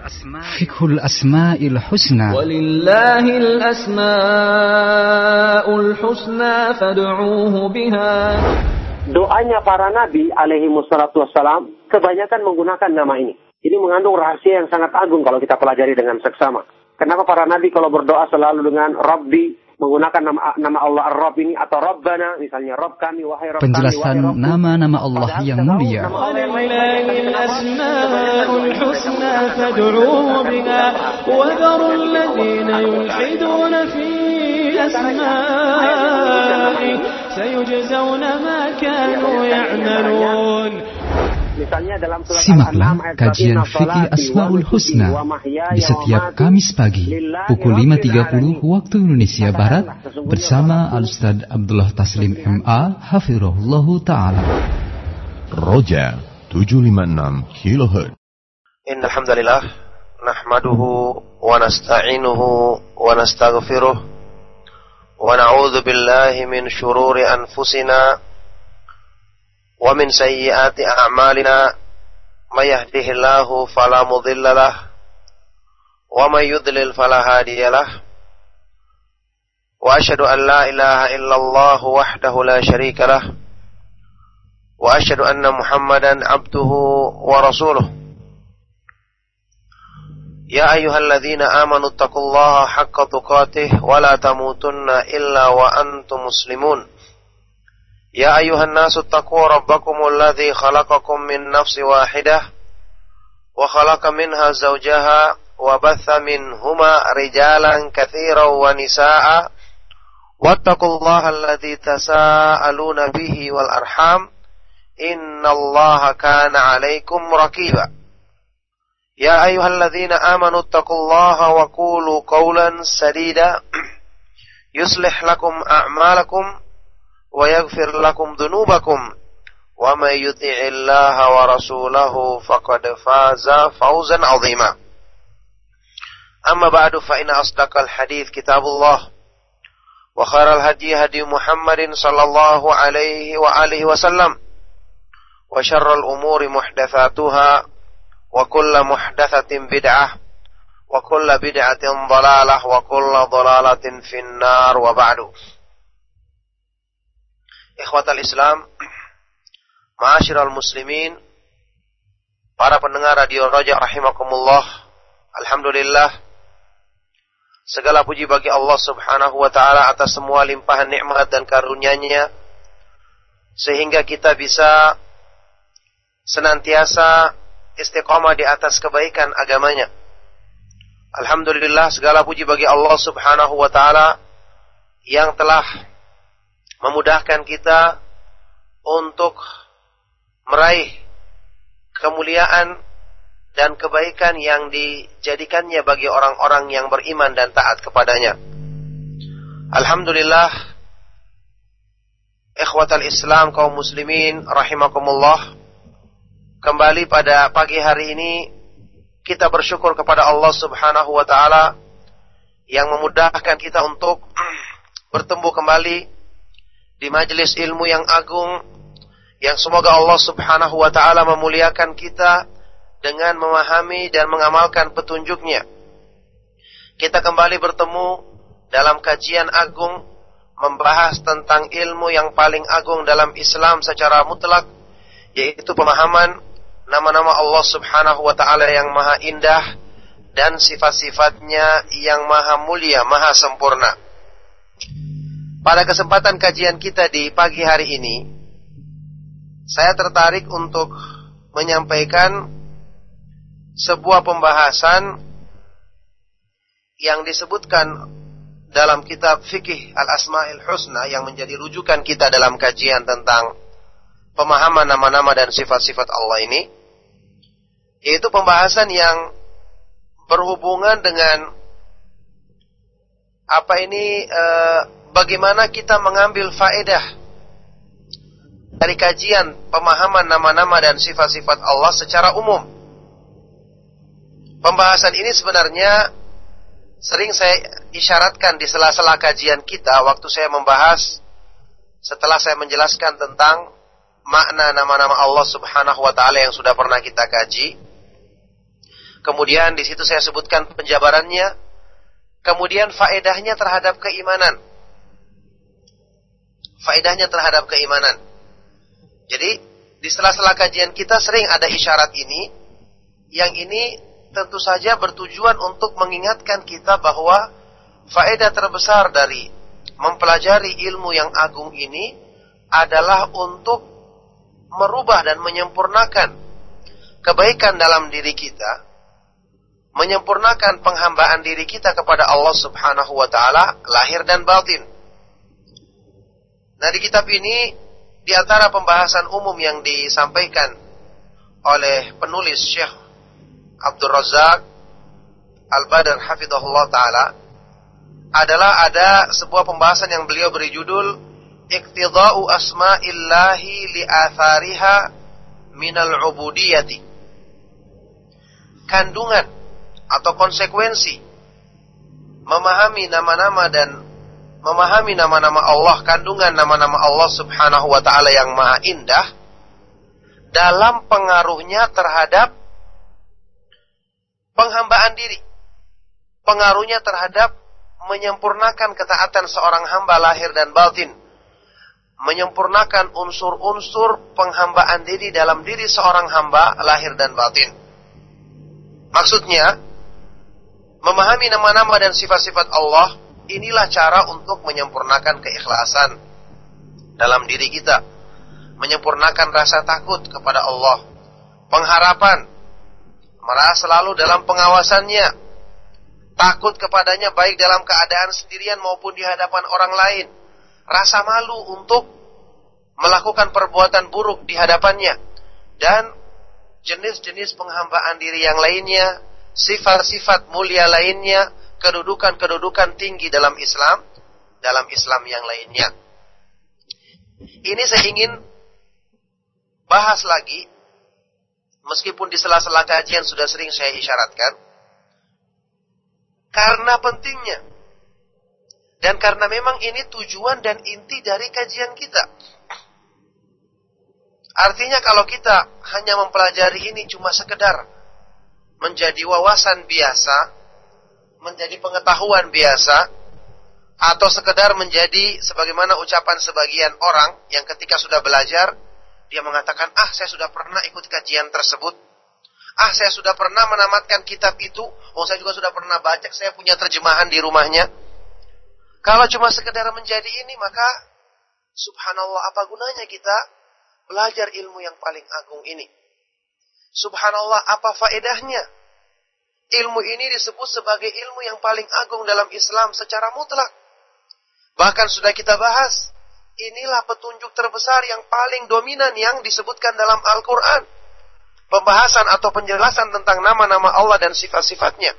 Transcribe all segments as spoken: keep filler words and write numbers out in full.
Fiqhul Asma'il Husna. Walillahil asma'ul husna fad'uuhu biha. Doanya para nabi alaihi wassalatu wassalam kebanyakan menggunakan nama ini. Ini mengandung rahasia yang sangat agung kalau kita pelajari dengan seksama. Kenapa para nabi kalau berdoa selalu dengan Rabbi, menggunakan nama, nama Allah Ar-Rabb ini atau Rabbana, misalnya Rabb kami, wahai Rabb kami, penjelasan wahai nama-nama Allah yang mulia. Simaklah kajian fikih Asmaul Husna di setiap Kamis pagi pukul lima tiga puluh waktu Indonesia Barat bersama Al-Ustaz Abdullah Taslim M A Hafirahullahu Ta'ala. Roja tujuh lima enam kilohertz. Innalhamdulillah nahmaduhu wa nasta'inuhu wa nastaghfiruh wa na'udzu billahi min syururi anfusina wa min sayyiati a'malina may yahdihillahu fala mudilla lahu wa may yudlil fala hadiya lahu wa asyhadu an la ilaha illallah wahdahu la syarika lahu wa asyhadu anna Muhammadan abduhu wa rasuluh. Ya ayyuhalladzina amanu taqullaha haqqa tuqatih wa la tamutunna illa wa antum muslimun. Ya ayuhan nasu taqu rabbakumul ladzi khalaqakum min nafsin wahidah wa khalaqa minha zawjaha wa batha minhuma rijalan katsiran wa nisaa'a wattaqullaha alladzi tasaaluna bihi wal arham innallaha kana 'alaikum raqiba. Ya ayyuhalladzina amanu taqullaha wa qulu qawlan sadida yuslih lakum a'malakum wa yaghfir lakum dhunubakum wa may yuti'illaha wa rasulahu faqad faza fawzan 'azima. Amma ba'du fa inna asdaqal hadits kitabullah wa khairal hadi hadi Muhammadin sallallahu alaihi wa alihi wasallam wa syarrul umuri muhdatsatuha wa kullu muhdatsatin bid'ah wa kullu bid'atin dhalalah wa kullu dhalalatin finnar wa ba'du. Ikhwatal Islam, ma'asyiral muslimin, para pendengar Radio Roja rahimakumullah. Alhamdulillah, segala puji bagi Allah Subhanahu wa taala atas semua limpahan nikmat dan karunia-Nya sehingga kita bisa senantiasa istiqamah di atas kebaikan agamanya. Alhamdulillah, segala puji bagi Allah Subhanahu wa taala yang telah memudahkan kita untuk meraih kemuliaan dan kebaikan yang dijadikannya bagi orang-orang yang beriman dan taat kepadanya. Alhamdulillah, ikhwatal Islam kaum muslimin rahimakumullah, kembali pada pagi hari ini kita bersyukur kepada Allah Subhanahu wa taala yang memudahkan kita untuk bertemu kembali di majelis ilmu yang agung, yang semoga Allah Subhanahu wa ta'ala memuliakan kita dengan memahami dan mengamalkan petunjuknya. Kita kembali bertemu dalam kajian agung, membahas tentang ilmu yang paling agung dalam Islam secara mutlak, yaitu pemahaman nama-nama Allah Subhanahu wa ta'ala yang maha indah dan sifat-sifatnya yang maha mulia, maha sempurna. Pada kesempatan kajian kita di pagi hari ini, saya tertarik untuk menyampaikan sebuah pembahasan yang disebutkan dalam kitab Fikih Al-Asma'il Husna yang menjadi rujukan kita dalam kajian tentang pemahaman nama-nama dan sifat-sifat Allah ini, yaitu pembahasan yang berhubungan dengan apa ini eh, bagaimana kita mengambil faedah dari kajian pemahaman nama-nama dan sifat-sifat Allah secara umum. Pembahasan ini sebenarnya sering saya isyaratkan di sela-sela kajian kita waktu saya membahas, setelah saya menjelaskan tentang makna nama-nama Allah Subhanahu wa ta'ala yang sudah pernah kita kaji. Kemudian di situ saya sebutkan penjabarannya. Kemudian faedahnya terhadap keimanan. Faedahnya terhadap keimanan. Jadi di sela-sela kajian kita sering ada isyarat ini. Yang ini tentu saja bertujuan untuk mengingatkan kita bahwa faedah terbesar dari mempelajari ilmu yang agung ini adalah untuk merubah dan menyempurnakan kebaikan dalam diri kita, menyempurnakan penghambaan diri kita kepada Allah Subhanahu wa taala lahir dan batin. Nah, di kitab ini di antara pembahasan umum yang disampaikan oleh penulis Syekh Abdul Razak Al-Badr hafizahullah taala adalah ada sebuah pembahasan yang beliau beri judul Iqtida'u asma'illahi li'athariha minal ubudiyati. Kandungan atau konsekuensi memahami nama-nama dan memahami nama-nama Allah, kandungan nama-nama Allah Subhanahu wa taala yang maha indah dalam pengaruhnya terhadap penghambaan diri. Pengaruhnya terhadap menyempurnakan ketaatan seorang hamba lahir dan batin. Menyempurnakan unsur-unsur penghambaan diri dalam diri seorang hamba lahir dan batin. Maksudnya, memahami nama-nama dan sifat-sifat Allah, inilah cara untuk menyempurnakan keikhlasan dalam diri kita. Menyempurnakan rasa takut kepada Allah. Pengharapan, merasa selalu dalam pengawasannya. Takut kepadanya baik dalam keadaan sendirian maupun di hadapan orang lain. Rasa malu untuk melakukan perbuatan buruk di hadapannya. Dan jenis-jenis penghambaan diri yang lainnya, sifat-sifat mulia lainnya, kedudukan-kedudukan tinggi dalam Islam, dalam Islam yang lainnya. Ini saya ingin bahas lagi, meskipun di sela-sela kajian sudah sering saya isyaratkan, karena pentingnya. Dan karena memang ini tujuan dan inti dari kajian kita. Artinya kalau kita hanya mempelajari ini cuma sekedar menjadi wawasan biasa, menjadi pengetahuan biasa, atau sekedar menjadi sebagaimana ucapan sebagian orang yang ketika sudah belajar, dia mengatakan, ah saya sudah pernah ikut kajian tersebut, ah saya sudah pernah menamatkan kitab itu, oh saya juga sudah pernah baca, saya punya terjemahan di rumahnya. Kalau cuma sekedar menjadi ini, maka subhanallah, apa gunanya kita belajar ilmu yang paling agung ini? Subhanallah, apa faedahnya? Ilmu ini disebut sebagai ilmu yang paling agung dalam Islam secara mutlak. Bahkan sudah kita bahas, inilah petunjuk terbesar yang paling dominan yang disebutkan dalam Al-Quran. Pembahasan atau penjelasan tentang nama-nama Allah dan sifat-sifatnya.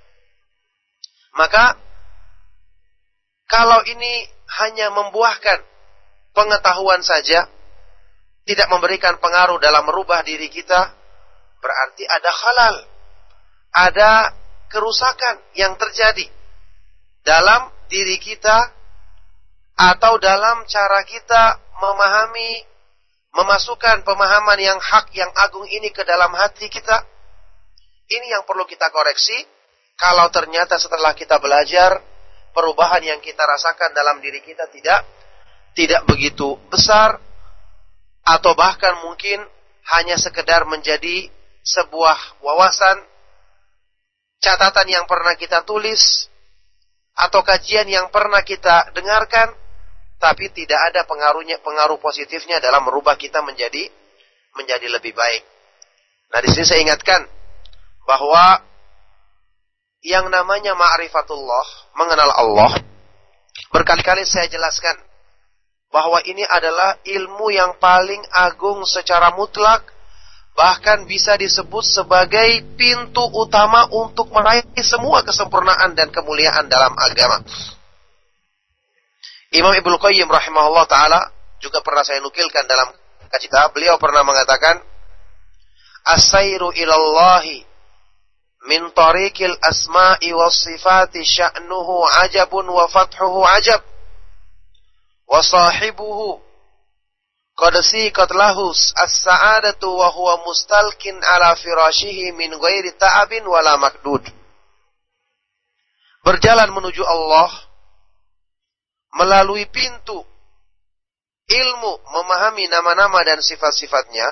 Maka, kalau ini hanya membuahkan pengetahuan saja, tidak memberikan pengaruh dalam merubah diri kita, berarti ada khalal, ada kerusakan yang terjadi dalam diri kita atau dalam cara kita memahami, memasukkan pemahaman yang hak, yang agung ini ke dalam hati kita. Ini yang perlu kita koreksi. Kalau ternyata setelah kita belajar, perubahan yang kita rasakan dalam diri kita tidak tidak begitu besar, atau bahkan mungkin hanya sekedar menjadi sebuah wawasan, catatan yang pernah kita tulis, atau kajian yang pernah kita dengarkan, tapi tidak ada pengaruhnya, pengaruh positifnya dalam merubah kita menjadi menjadi lebih baik. Nah, di sini saya ingatkan bahwa yang namanya ma'rifatullah, mengenal Allah, berkali-kali saya jelaskan bahwa ini adalah ilmu yang paling agung secara mutlak, bahkan bisa disebut sebagai pintu utama untuk meraih semua kesempurnaan dan kemuliaan dalam agama. Imam Ibnu Qayyim rahimahullah ta'ala juga pernah saya nukilkan dalam kitab, beliau pernah mengatakan, as-sayru ilallahi min tariqil asma'i was sifati sya'nuhu ajabun wa fathuhu ajab wa sahibuhu qad siqat lahu as-sa'adatu wa huwa mustalkin ala firashihi min ghairi ta'abin wala makdud. Berjalan menuju Allah melalui pintu ilmu, memahami nama-nama dan sifat-sifatnya,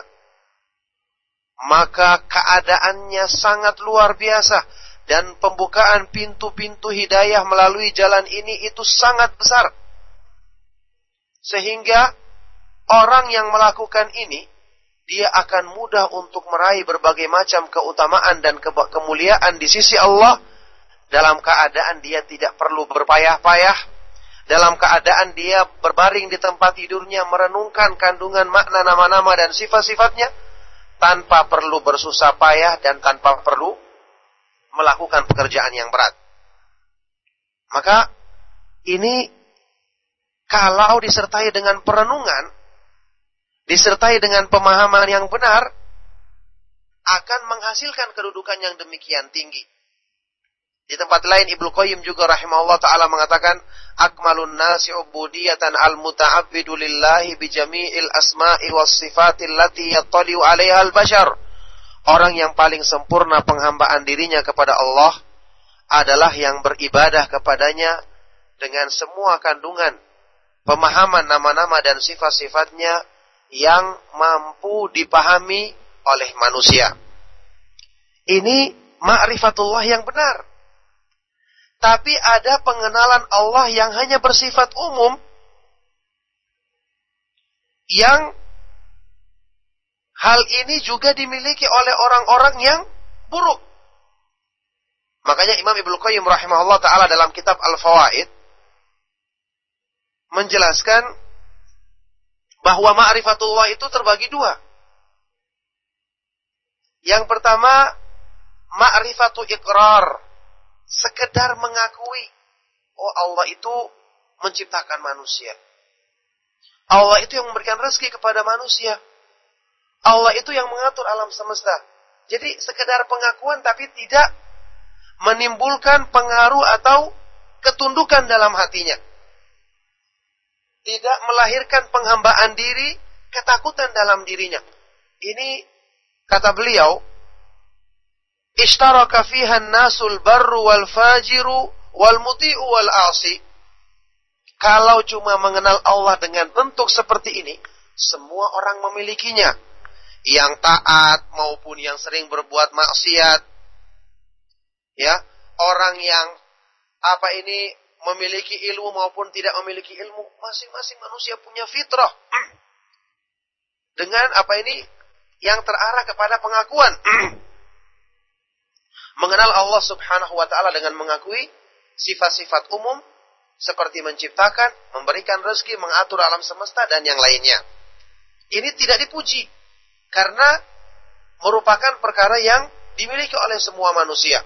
maka keadaannya sangat luar biasa, dan pembukaan pintu-pintu hidayah melalui jalan ini itu sangat besar. Sehingga orang yang melakukan ini, dia akan mudah untuk meraih berbagai macam keutamaan dan ke- kemuliaan di sisi Allah, dalam keadaan dia tidak perlu berpayah-payah, dalam keadaan dia berbaring di tempat tidurnya merenungkan kandungan makna nama-nama dan sifat-sifatnya, tanpa perlu bersusah payah dan tanpa perlu melakukan pekerjaan yang berat. Maka ini kalau disertai dengan perenungan, disertai dengan pemahaman yang benar, akan menghasilkan kedudukan yang demikian tinggi. Di tempat lain Ibnu Qayyim juga rahimahullah ta'ala mengatakan, akmalun nasi ubudiyatan al-muta'abbidu lillahi bijami'il asma'i was sifatil lati yattali'u 'alaiha al-bashar. Orang yang paling sempurna penghambaan dirinya kepada Allah adalah yang beribadah kepadanya dengan semua kandungan pemahaman nama-nama dan sifat-sifatnya yang mampu dipahami oleh manusia. Ini ma'rifatullah yang benar. Tapi ada pengenalan Allah yang hanya bersifat umum, yang hal ini juga dimiliki oleh orang-orang yang buruk. Makanya Imam Ibnu Qayyim rahimahullah ta'ala dalam kitab Al-Fawaid menjelaskan bahwa ma'rifatullah itu terbagi dua. Yang pertama, ma'rifatu iqrar, sekedar mengakui, oh Allah itu menciptakan manusia. Allah itu yang memberikan rezeki kepada manusia. Allah itu yang mengatur alam semesta. Jadi sekedar pengakuan tapi tidak menimbulkan pengaruh atau ketundukan dalam hatinya. Tidak melahirkan penghambaan diri, ketakutan dalam dirinya. Ini kata beliau, ishtaraka fiha an-nasul barru wal fajiru wal muti'u wal 'asi. Kalau cuma mengenal Allah dengan bentuk seperti ini, semua orang memilikinya. Yang taat maupun yang sering berbuat maksiat. Ya, orang yang apa ini memiliki ilmu maupun tidak memiliki ilmu, masing-masing manusia punya fitrah. Dengan apa ini yang terarah kepada pengakuan. Mengenal Allah Subhanahu wa ta'ala dengan mengakui sifat-sifat umum seperti menciptakan, memberikan rezeki, mengatur alam semesta dan yang lainnya. Ini tidak dipuji karena merupakan perkara yang dimiliki oleh semua manusia.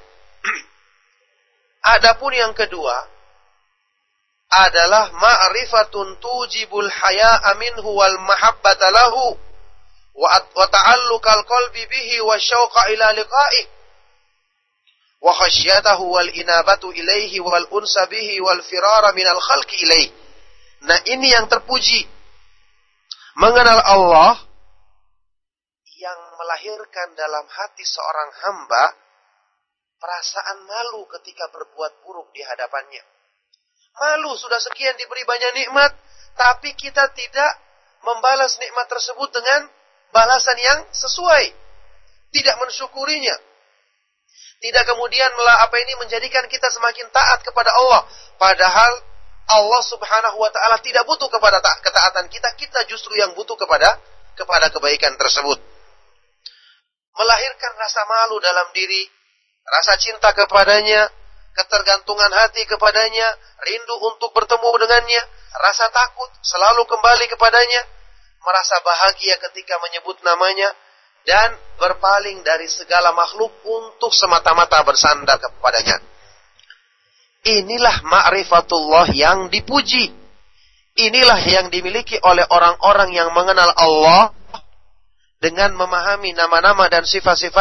Adapun yang kedua adalah ma'rifatun tujibul haya'a minhu wal mahabbata lahu wa ta'alluqal qalbi bihi wasyauqa ila liqa'ihi wa khasyatahu wal inabatu ilaihi wal unsa bihi wal firara minal khalqi ilaihi. Nah, ini yang terpuji. Mengenal Allah yang melahirkan dalam hati seorang hamba perasaan malu ketika berbuat buruk di hadapannya. Malu, sudah sekian diberi banyak nikmat, tapi kita tidak membalas nikmat tersebut dengan balasan yang sesuai. Tidak mensyukurinya. Tidak kemudian melah apa ini menjadikan kita semakin taat kepada Allah. Padahal Allah Subhanahu wa ta'ala tidak butuh kepada ta- ketaatan kita. Kita justru yang butuh kepada kepada kebaikan tersebut. Melahirkan rasa malu dalam diri, rasa cinta kepadanya, ketergantungan hati kepadanya, rindu untuk bertemu dengannya, rasa takut selalu kembali kepadanya, merasa bahagia ketika menyebut namanya, dan berpaling dari segala makhluk untuk semata-mata bersandar kepadanya. Inilah ma'rifatullah yang dipuji. Inilah yang dimiliki oleh orang-orang yang mengenal Allah dengan memahami nama-nama dan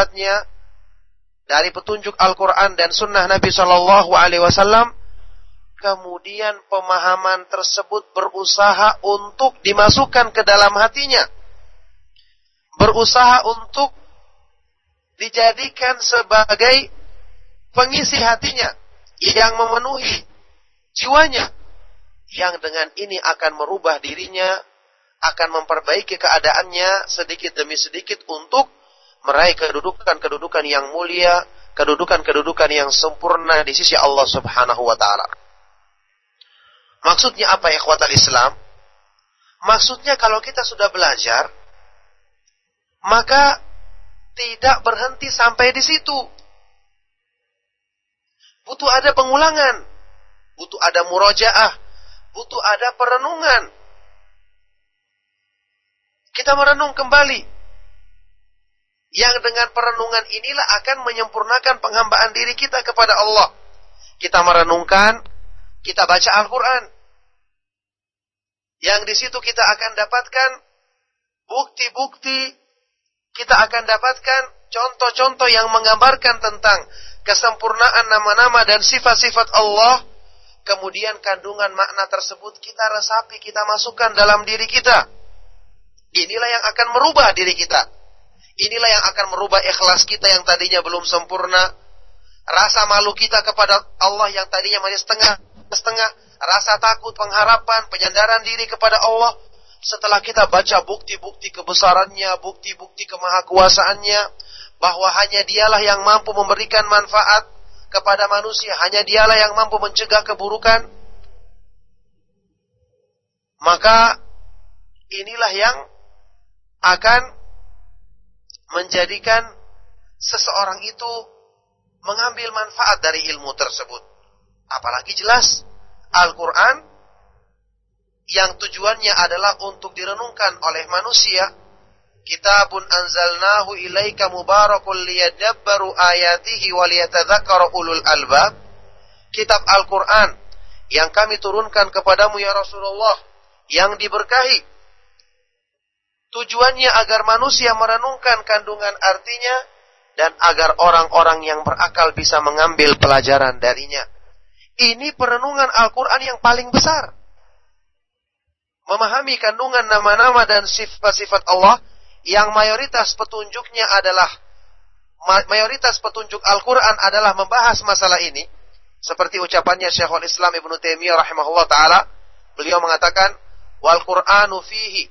sifat-sifatnya dari petunjuk Al-Quran dan Sunnah Nabi Shallallahu Alaihi Wasallam, kemudian pemahaman tersebut berusaha untuk dimasukkan ke dalam hatinya, berusaha untuk dijadikan sebagai pengisi hatinya yang memenuhi jiwanya, yang dengan ini akan merubah dirinya, akan memperbaiki keadaannya sedikit demi sedikit untuk meraih kedudukan-kedudukan yang mulia, kedudukan-kedudukan yang sempurna di sisi Allah Subhanahu wa taala. Maksudnya apa, ikhwatal Islam? Maksudnya kalau kita sudah belajar, maka tidak berhenti sampai di situ. Butuh ada pengulangan, butuh ada murojaah, butuh ada perenungan. Kita merenung kembali. Yang dengan perenungan inilah akan menyempurnakan penghambaan diri kita kepada Allah. Kita merenungkan, kita baca Al-Quran. Yang di situ kita akan dapatkan bukti-bukti, kita akan dapatkan contoh-contoh yang menggambarkan tentang kesempurnaan nama-nama dan sifat-sifat Allah. Kemudian kandungan makna tersebut kita resapi, kita masukkan dalam diri kita. Inilah yang akan merubah diri kita. Inilah yang akan merubah ikhlas kita yang tadinya belum sempurna. Rasa malu kita kepada Allah yang tadinya masih setengah-setengah. Rasa takut, pengharapan, penyandaran diri kepada Allah. Setelah kita baca bukti-bukti kebesarannya, bukti-bukti kemahakuasaannya, bahwa hanya dialah yang mampu memberikan manfaat kepada manusia, hanya dialah yang mampu mencegah keburukan. Maka inilah yang akan menjadikan seseorang itu mengambil manfaat dari ilmu tersebut. Apalagi jelas Al-Quran yang tujuannya adalah untuk direnungkan oleh manusia. Kitabun anzalnahu ilaika mubarakun liyadabbaru ayatihi waliyatadzakkara ulul albab. Kitab Al-Quran yang kami turunkan kepadamu ya Rasulullah, yang diberkahi, tujuannya agar manusia merenungkan kandungan artinya dan agar orang-orang yang berakal bisa mengambil pelajaran darinya. Ini perenungan Al-Quran yang paling besar. Memahami kandungan nama-nama dan sifat-sifat Allah yang mayoritas petunjuknya adalah, mayoritas petunjuk Al-Quran adalah membahas masalah ini. Seperti ucapannya Syekhul Islam Ibnu Taimiyah rahimahullah ta'ala. Beliau mengatakan, Wal Qur'anu fihi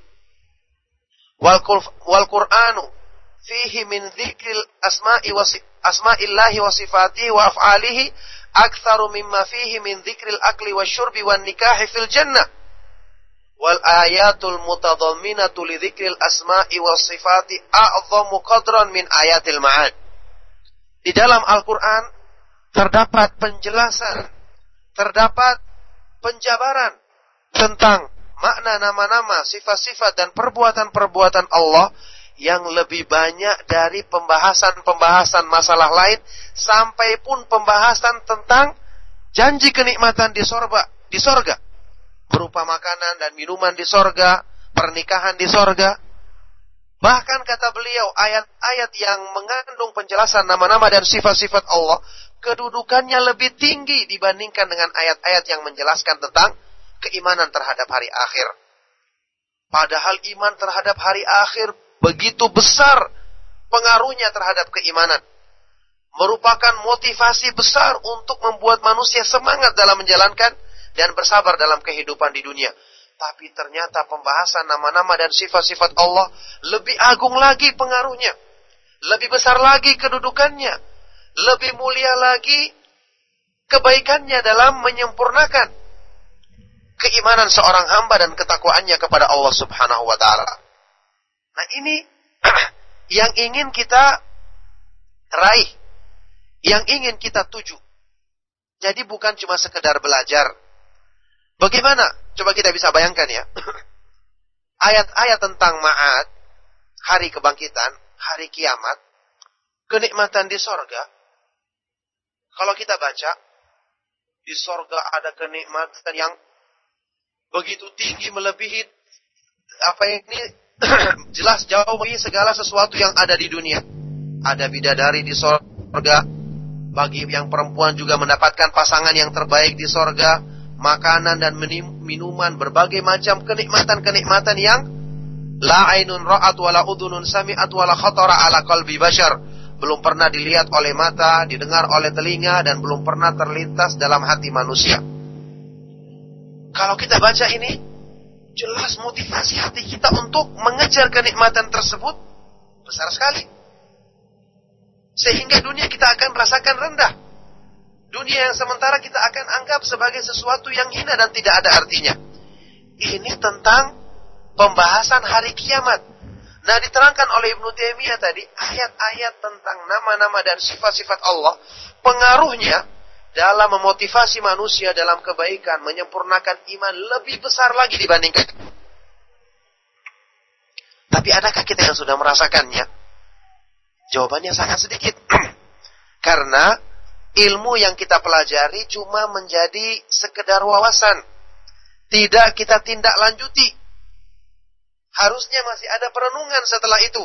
Wal Qur'anu fihi min dzikril asma'i wa asma'illahi wa sifatihi wa af'alihi aktsaru mimma fihi min dzikril akli wasyurbi wan nikahi fil jannah. Wal ayatul mutadamminatu li dzikril asma'i was sifati a'dhamu qadran min ayatil ma'ad. Di dalam Al-Qur'an terdapat penjelasan, terdapat penjabaran tentang makna nama-nama, sifat-sifat dan perbuatan-perbuatan Allah yang lebih banyak dari pembahasan-pembahasan masalah lain, sampai pun pembahasan tentang janji kenikmatan di sorga, di sorga, berupa makanan dan minuman di sorga, pernikahan di sorga. Bahkan kata beliau, ayat-ayat yang mengandung penjelasan nama-nama dan sifat-sifat Allah, kedudukannya lebih tinggi dibandingkan dengan ayat-ayat yang menjelaskan tentang keimanan terhadap hari akhir. Padahal iman terhadap hari akhir begitu besar pengaruhnya terhadap keimanan. Merupakan motivasi besar untuk membuat manusia semangat dalam menjalankan dan bersabar dalam kehidupan di dunia. Tapi ternyata pembahasan nama-nama dan sifat-sifat Allah lebih agung lagi pengaruhnya. Lebih besar lagi kedudukannya. Lebih mulia lagi kebaikannya dalam menyempurnakan keimanan seorang hamba dan ketakwaannya kepada Allah Subhanahu wa ta'ala. Nah ini yang ingin kita raih, yang ingin kita tuju. Jadi bukan cuma sekedar belajar. Bagaimana? Coba kita bisa bayangkan ya. Ayat-ayat tentang ma'ad, hari kebangkitan, hari kiamat, kenikmatan di sorga. Kalau kita baca, di sorga ada kenikmatan yang begitu tinggi, melebihi apa yang ini jelas jauh melebihi segala sesuatu yang ada di dunia. Ada bidadari di sorga, bagi yang perempuan juga mendapatkan pasangan yang terbaik di sorga. makanan dan minuman, berbagai macam kenikmatan-kenikmatan yang la ainun ra'at wala udhunun sami'at wala khatara ala qalbi bashar, belum pernah dilihat oleh mata, didengar oleh telinga, dan belum pernah terlintas dalam hati manusia. Kalau kita baca ini, jelas motivasi hati kita untuk mengejar kenikmatan tersebut besar sekali. Sehingga dunia kita akan rasakan rendah. Dunia yang sementara kita akan anggap sebagai sesuatu yang hina dan tidak ada artinya. Ini tentang pembahasan hari kiamat. Nah, diterangkan oleh Ibnu Taimiyah tadi, ayat-ayat tentang nama-nama dan sifat-sifat Allah, pengaruhnya dalam memotivasi manusia dalam kebaikan, menyempurnakan iman lebih besar lagi dibandingkan. Tapi adakah kita yang sudah merasakannya? Jawabannya sangat sedikit. Karena ilmu yang kita pelajari cuma menjadi sekedar wawasan. Tidak kita tindak lanjuti. Harusnya masih ada perenungan setelah itu.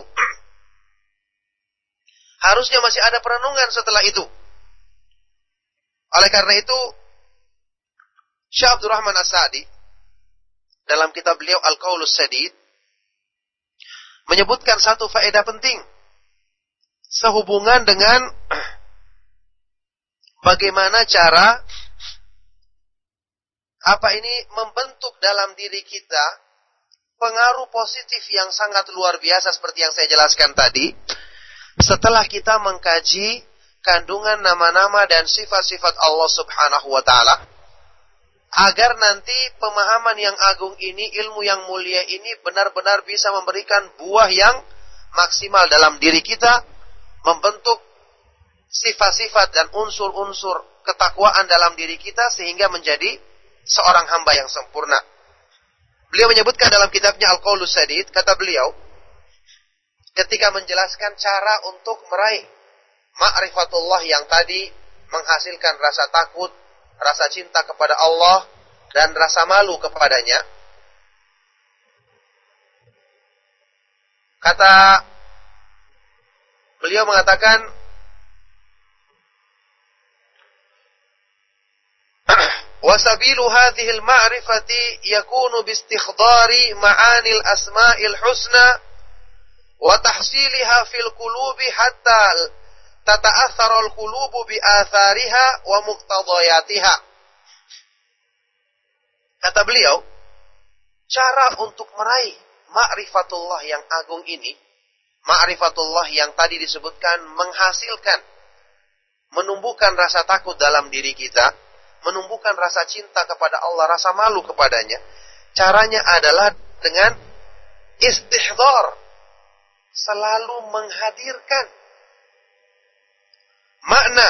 Harusnya masih ada perenungan setelah itu. Oleh karena itu, Syekh Abdul Rahman As-Sa'di dalam kitab beliau Al-Qaulus Sadid menyebutkan satu faedah penting sehubungan dengan bagaimana cara apa ini membentuk dalam diri kita pengaruh positif yang sangat luar biasa seperti yang saya jelaskan tadi setelah kita mengkaji kandungan nama-nama dan sifat-sifat Allah Subhanahu wa taala, agar nanti pemahaman yang agung ini, ilmu yang mulia ini benar-benar bisa memberikan buah yang maksimal dalam diri kita, membentuk sifat-sifat dan unsur-unsur ketakwaan dalam diri kita sehingga menjadi seorang hamba yang sempurna. Beliau menyebutkan dalam kitabnya Al-Qaulus Sadid, kata beliau, ketika menjelaskan cara untuk meraih ma'rifatullah yang tadi menghasilkan rasa takut, rasa cinta kepada Allah, dan rasa malu kepadanya. Kata beliau mengatakan, wasabilu hadhil ma'rifati yakunu bistikhdari ma'anil asma'il husna wa tahsiliha fil qulubi hatta tata'atharul qulubu bi athariha wa muqtadayatiha. Kata beliau, cara untuk meraih ma'rifatullah yang agung ini, ma'rifatullah yang tadi disebutkan menghasilkan, menumbuhkan rasa takut dalam diri kita, menumbuhkan rasa cinta kepada Allah, rasa malu kepadanya. Caranya adalah dengan istihdhar, selalu menghadirkan makna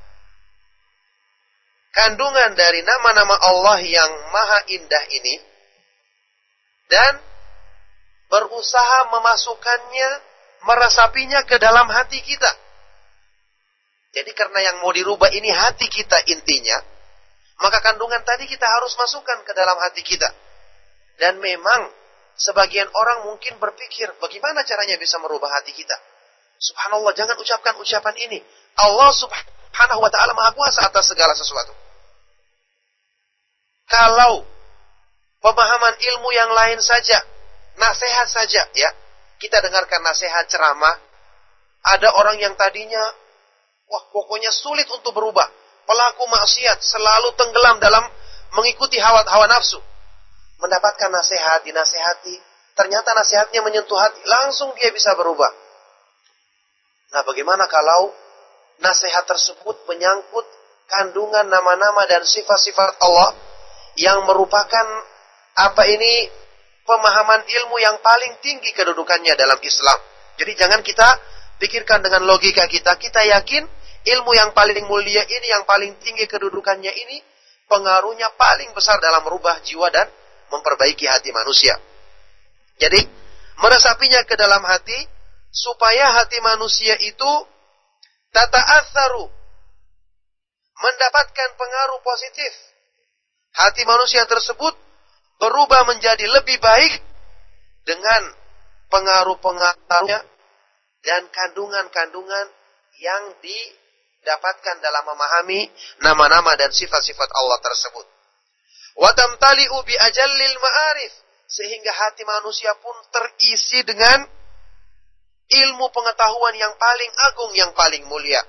kandungan dari nama-nama Allah yang maha indah ini dan berusaha memasukkannya, meresapinya ke dalam hati kita. Jadi karena yang mau dirubah ini hati kita intinya, maka kandungan tadi kita harus masukkan ke dalam hati kita. Dan memang sebagian orang mungkin berpikir, bagaimana caranya bisa merubah hati kita? Subhanallah, jangan ucapkan ucapan ini. Allah Subhanahu wa ta'ala maha kuasa atas segala sesuatu. Kalau pemahaman ilmu yang lain saja, nasihat saja ya, kita dengarkan nasihat ceramah, ada orang yang tadinya wah pokoknya sulit untuk berubah, pelaku maksiat, selalu tenggelam dalam mengikuti hawa hawa nafsu, mendapatkan nasihat, dinasihati, ternyata nasihatnya menyentuh hati, langsung dia bisa berubah. Nah, bagaimana kalau nasihat tersebut menyangkut kandungan nama-nama dan sifat-sifat Allah yang merupakan apa ini pemahaman ilmu yang paling tinggi kedudukannya dalam Islam. Jadi jangan kita pikirkan dengan logika kita, kita yakin ilmu yang paling mulia ini, yang paling tinggi kedudukannya ini, pengaruhnya paling besar dalam merubah jiwa dan memperbaiki hati manusia. Jadi meresapinya ke dalam hati supaya hati manusia itu tata'atharu, mendapatkan pengaruh positif. Hati manusia tersebut berubah menjadi lebih baik dengan pengaruh-pengaruhnya dan kandungan-kandungan yang didapatkan dalam memahami nama-nama dan sifat-sifat Allah tersebut. Wa tamtali'u bi ajallil ma'arif, sehingga hati manusia pun terisi dengan ilmu pengetahuan yang paling agung, yang paling mulia.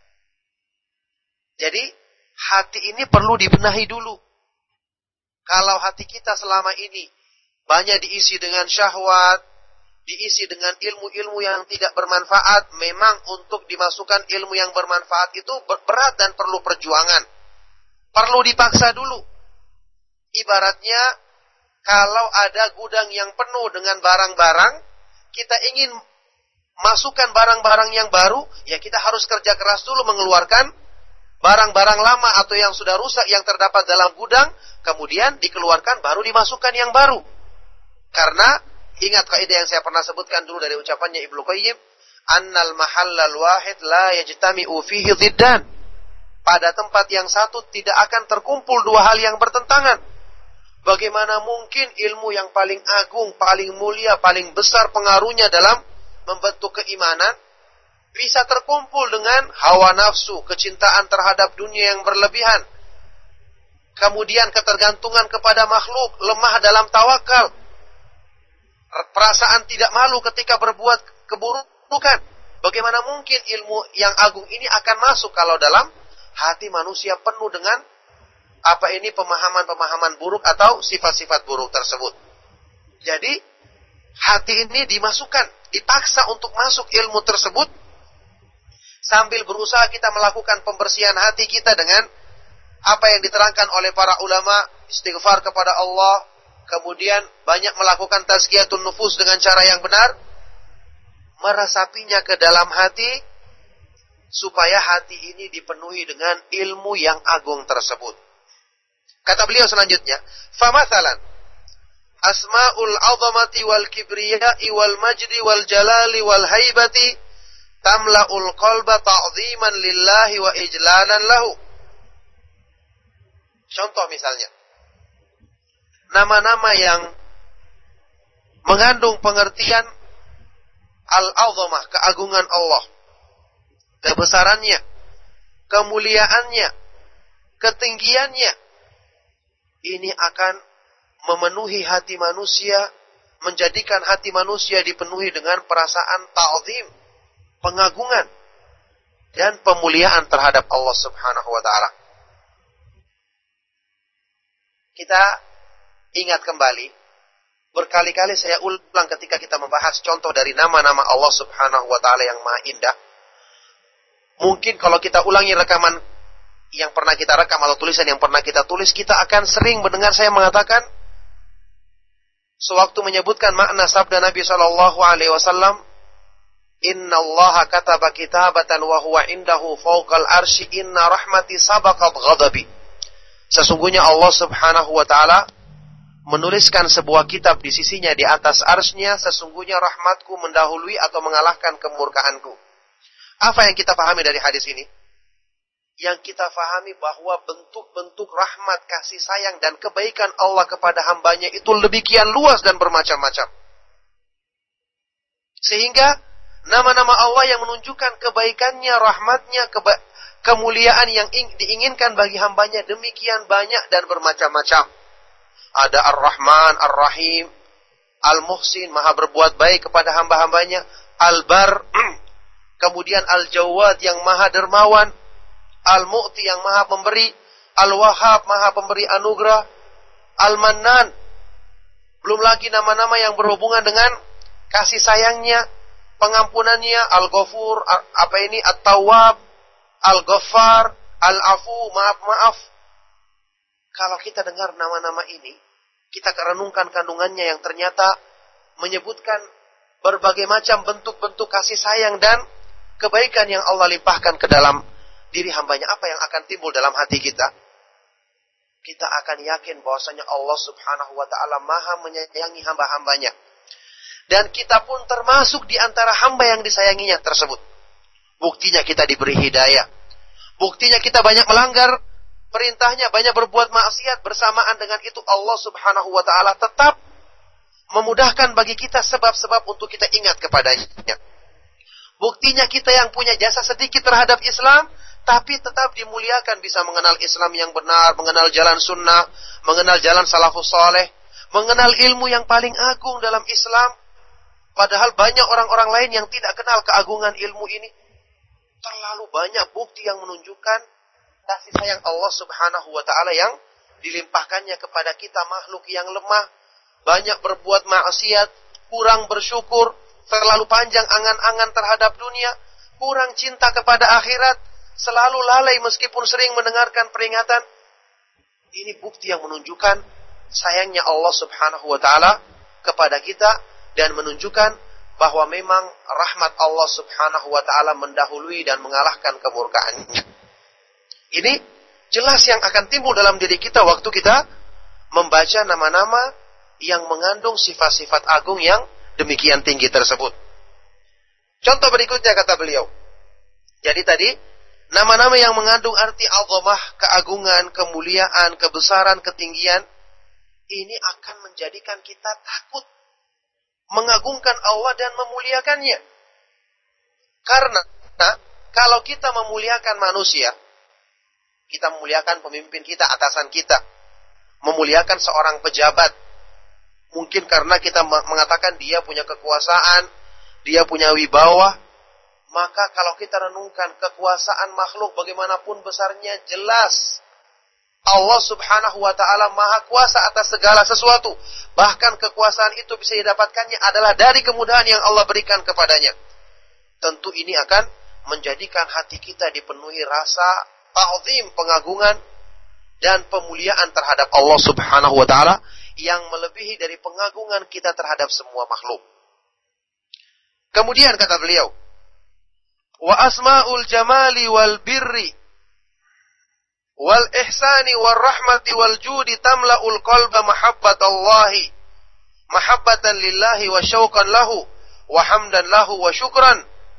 Jadi, hati ini perlu dibenahi dulu. Kalau hati kita selama ini banyak diisi dengan syahwat, diisi dengan ilmu-ilmu yang tidak bermanfaat, memang untuk dimasukkan ilmu yang bermanfaat itu berat dan perlu perjuangan. Perlu dipaksa dulu. Ibaratnya, kalau ada gudang yang penuh dengan barang-barang, kita ingin masukkan barang-barang yang baru, ya kita harus kerja keras dulu mengeluarkan barang-barang lama atau yang sudah rusak yang terdapat dalam gudang, kemudian dikeluarkan baru dimasukkan yang baru. Karena ingat kaidah yang saya pernah sebutkan dulu dari ucapannya Ibnu Qayyim, annal mahallal wahid la yajtami'u fihi dhiddan. Pada tempat yang satu tidak akan terkumpul dua hal yang bertentangan. Bagaimana mungkin ilmu yang paling agung, paling mulia, paling besar pengaruhnya dalam membentuk keimanan bisa terkumpul dengan hawa nafsu, kecintaan terhadap dunia yang berlebihan, kemudian ketergantungan kepada makhluk, lemah dalam tawakal, perasaan tidak malu ketika berbuat keburukan. Bagaimana mungkin ilmu yang agung ini akan masuk kalau dalam hati manusia penuh dengan apa ini pemahaman-pemahaman buruk atau sifat-sifat buruk tersebut. Jadi hati ini dimasukkan, dipaksa untuk masuk ilmu tersebut. Sambil berusaha kita melakukan pembersihan hati kita dengan apa yang diterangkan oleh para ulama, istighfar kepada Allah, kemudian banyak melakukan tazkiyatun nufus dengan cara yang benar, meresapinya ke dalam hati, supaya hati ini dipenuhi dengan ilmu yang agung tersebut. Kata beliau selanjutnya, famathalan asma'ul azamati wal kibriyai wal majdi wal jalali wal haibati tamla'ul qalba ta'ziman lillahi wa ijlalan lahu. Contoh misalnya, nama-nama yang mengandung pengertian al-azamah, keagungan Allah, kebesarannya, kemuliaannya, ketinggiannya, ini akan memenuhi hati manusia, menjadikan hati manusia dipenuhi dengan perasaan ta'zim, pengagungan dan pemuliaan terhadap Allah Subhanahu wa taala. Kita ingat kembali, berkali-kali saya ulang ketika kita membahas contoh dari nama-nama Allah Subhanahu wa taala yang Maha Indah. Mungkin kalau kita ulangi rekaman yang pernah kita rekam atau tulisan yang pernah kita tulis, kita akan sering mendengar saya mengatakan sewaktu menyebutkan makna sabda Nabi sallallahu alaihi wasallam, Inna allaha kataba kitabatan wa huwa indahu fawqal arsy inna rahmati sabaqat ghadabi. Sesungguhnya Allah Subhanahu wa taala menuliskan sebuah kitab di sisinya di atas arsy-Nya, sesungguhnya rahmatku mendahului atau mengalahkan kemurkaanku. Apa yang kita pahami dari hadis ini? Yang kita pahami bahwa bentuk-bentuk rahmat, kasih sayang dan kebaikan Allah kepada hambanya itu demikian luas dan bermacam-macam. Sehingga nama-nama Allah yang menunjukkan kebaikannya, rahmatnya, keba- kemuliaan yang ing- diinginkan bagi hambanya demikian banyak dan bermacam-macam. Ada Ar-Rahman, Ar-Rahim, Al-Muhsin, maha berbuat baik kepada hamba-hambanya, Al-Bar, kemudian Al-Jawad yang maha dermawan, Al-Mu'ti yang maha pemberi, Al-Wahhab maha pemberi anugerah, Al-Mannan. Belum lagi nama-nama yang berhubungan dengan kasih sayangnya, pengampunannya, Al-Ghafur, apa ini, At-Tawwab, Al-Ghaffar, Al-Afu, maaf-maaf. Kalau kita dengar nama-nama ini, kita renungkan kandungannya yang ternyata menyebutkan berbagai macam bentuk-bentuk kasih sayang dan kebaikan yang Allah limpahkan ke dalam diri hambanya. Apa yang akan timbul dalam hati kita? Kita akan yakin bahwasanya Allah Subhanahu wa ta'ala maha menyayangi hamba-hambanya. Dan kita pun termasuk di antara hamba yang disayanginya tersebut. Buktinya kita diberi hidayah. Buktinya kita banyak melanggar perintahnya, banyak berbuat maksiat. Bersamaan dengan itu Allah Subhanahu wa ta'ala tetap memudahkan bagi kita sebab-sebab untuk kita ingat kepadanya. Buktinya kita yang punya jasa sedikit terhadap Islam, tapi tetap dimuliakan, bisa mengenal Islam yang benar, mengenal jalan sunnah, mengenal jalan salafus saleh, mengenal ilmu yang paling agung dalam Islam. Padahal banyak orang-orang lain yang tidak kenal keagungan ilmu ini. Terlalu banyak bukti yang menunjukkan kasih sayang Allah Subhanahu wa ta'ala yang dilimpahkannya kepada kita makhluk yang lemah, banyak berbuat maksiat, kurang bersyukur, terlalu panjang angan-angan terhadap dunia, kurang cinta kepada akhirat, selalu lalai meskipun sering mendengarkan peringatan. Ini bukti yang menunjukkan sayangnya Allah Subhanahu wa ta'ala kepada kita dan menunjukkan bahwa memang rahmat Allah Subhanahu wa ta'ala mendahului dan mengalahkan kemurkaannya. Ini jelas yang akan timbul dalam diri kita waktu kita membaca nama-nama yang mengandung sifat-sifat agung yang demikian tinggi tersebut. Contoh berikutnya kata beliau. Jadi tadi, nama-nama yang mengandung arti azamah, keagungan, kemuliaan, kebesaran, ketinggian, ini akan menjadikan kita takut mengagungkan Allah dan memuliakannya. Karena kalau kita memuliakan manusia, kita memuliakan pemimpin kita, atasan kita, memuliakan seorang pejabat, mungkin karena kita mengatakan dia punya kekuasaan, dia punya wibawa, maka kalau kita renungkan kekuasaan makhluk bagaimanapun besarnya, jelas Allah Subhanahu wa ta'ala maha kuasa atas segala sesuatu. Bahkan kekuasaan itu bisa didapatkannya adalah dari kemudahan yang Allah berikan kepadanya. Tentu ini akan menjadikan hati kita dipenuhi rasa ta'zim, pengagungan dan pemuliaan terhadap Allah Subhanahu wa ta'ala yang melebihi dari pengagungan kita terhadap semua makhluk. Kemudian kata beliau, wa asma'ul jamali wal birri wal ihsani wal rahmati wal judi tamla'ul qalba mahabbatallahi mahabbatan lillahi wa syauqan lahu wa hamdan lahu wa syukran.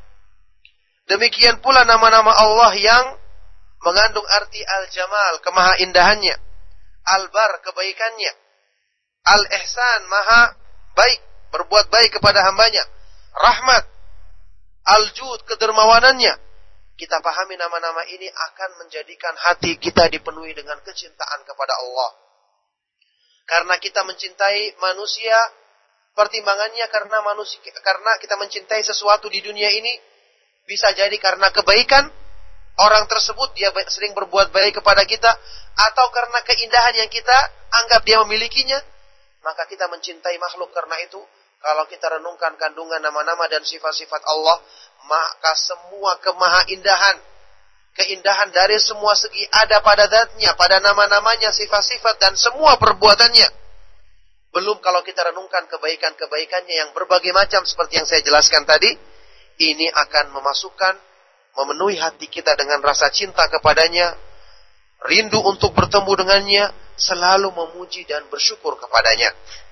Demikian pula nama-nama Allah yang mengandung arti al-jamal, kemahaindahannya, al-bar, kebaikannya, al-ihsan, maha baik, berbuat baik kepada hambanya, rahmat, al-jud, kedermawanannya. Kita pahami nama-nama ini akan menjadikan hati kita dipenuhi dengan kecintaan kepada Allah. Karena kita mencintai manusia, pertimbangannya karena manusia, karena kita mencintai sesuatu di dunia ini, bisa jadi karena kebaikan orang tersebut, dia sering berbuat baik kepada kita, atau karena keindahan yang kita anggap dia memilikinya, maka kita mencintai makhluk karena itu. Kalau kita renungkan kandungan nama-nama dan sifat-sifat Allah, maka semua kemahaindahan, keindahan dari semua segi ada pada zatnya, pada nama-namanya, sifat-sifat dan semua perbuatannya. Belum kalau kita renungkan kebaikan-kebaikannya yang berbagai macam seperti yang saya jelaskan tadi, ini akan memasukkan, memenuhi hati kita dengan rasa cinta kepadanya, rindu untuk bertemu dengannya, selalu memuji dan bersyukur kepadanya.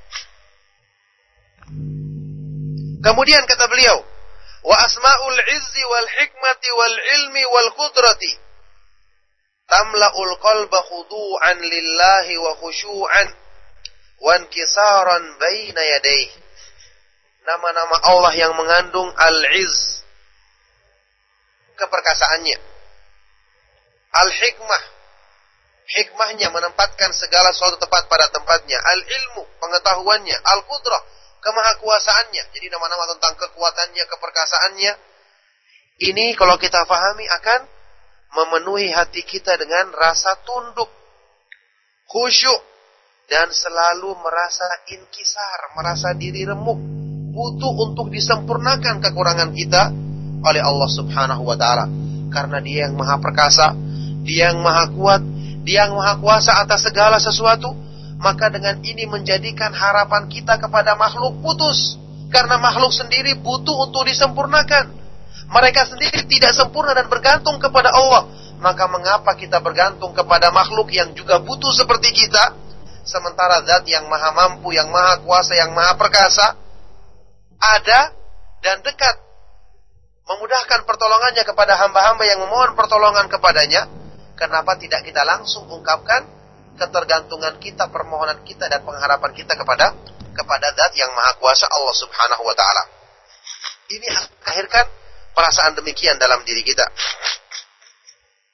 Kemudian kata beliau, wa asma'ul izzi wal hikmati wal ilmi wal qudrati tamla'ul qalba khudu'an lillahi wa khushu'an wa inkisaran baina yadayhi. Nama-nama Allah yang mengandung al-izz, keperkasaannya, al-hikmah, hikmahnya menempatkan segala sesuatu tepat pada tempatnya, al-ilmu, pengetahuannya, al-qudrah, kemahakuasaannya. Jadi nama-nama tentang kekuatannya, keperkasaannya, ini kalau kita pahami akan memenuhi hati kita dengan rasa tunduk, khusyuk, dan selalu merasa inkisar, merasa diri remuk, butuh untuk disempurnakan kekurangan kita oleh Allah Subhanahu wa ta'ala. Karena dia yang maha perkasa, dia yang maha kuat, dia yang maha kuasa atas segala sesuatu. Maka dengan ini menjadikan harapan kita kepada makhluk putus. Karena makhluk sendiri butuh untuk disempurnakan. Mereka sendiri tidak sempurna dan bergantung kepada Allah. Maka mengapa kita bergantung kepada makhluk yang juga butuh seperti kita? Sementara zat yang maha mampu, yang maha kuasa, yang maha perkasa ada dan dekat, memudahkan pertolongannya kepada hamba-hamba yang memohon pertolongan kepadanya. Kenapa tidak kita langsung ungkapkan ketergantungan kita, permohonan kita dan pengharapan kita kepada kepada zat yang maha kuasa Allah Subhanahu wa ta'ala. Ini melahirkan perasaan demikian dalam diri kita.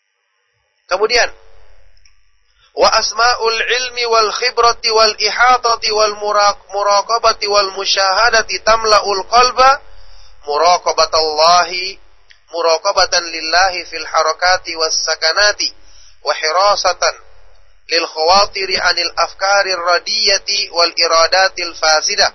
Kemudian wa asma'ul ilmi wal khibrati wal ihatati wal muraqabati wal musyahadati tamla'ul qalba muraqabatallahi muraqabatan lillahi fil harakati was sakanati wa hirasatan lil khawatiri anil afkarir radiyati wal iradatil fasidah.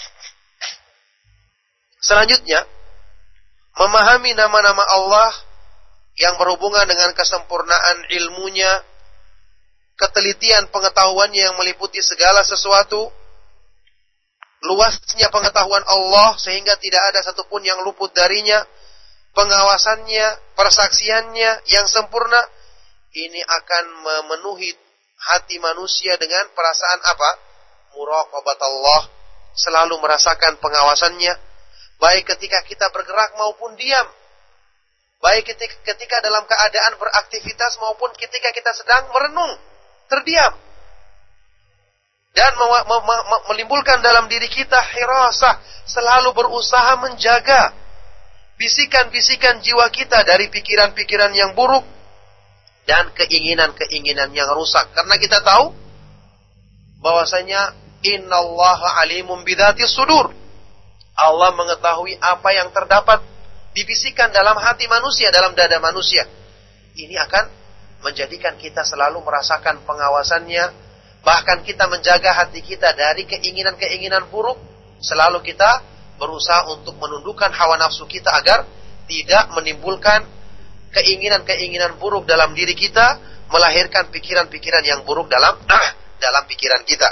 Selanjutnya, memahami nama-nama Allah yang berhubungan dengan kesempurnaan ilmunya, ketelitian pengetahuannya yang meliputi segala sesuatu, luasnya pengetahuan Allah sehingga tidak ada satupun yang luput darinya, pengawasannya, persaksiannya yang sempurna, ini akan memenuhi hati manusia dengan perasaan apa? Muraqabat Allah, selalu merasakan pengawasannya, baik ketika kita bergerak maupun diam, baik ketika, ketika dalam keadaan beraktivitas maupun ketika kita sedang merenung, terdiam. Dan menimbulkan dalam diri kita hirasah, selalu berusaha menjaga bisikan-bisikan jiwa kita dari pikiran-pikiran yang buruk dan keinginan-keinginan yang rusak. Karena kita tahu bahwasanya innallaha alimun bidzatis sudur. Allah mengetahui apa yang terdapat dibisikan dalam hati manusia, dalam dada manusia. Ini akan menjadikan kita selalu merasakan pengawasannya, bahkan kita menjaga hati kita dari keinginan-keinginan buruk. Selalu kita berusaha untuk menundukkan hawa nafsu kita agar tidak menimbulkan keinginan-keinginan buruk dalam diri kita, melahirkan pikiran-pikiran yang buruk dalam dalam pikiran kita.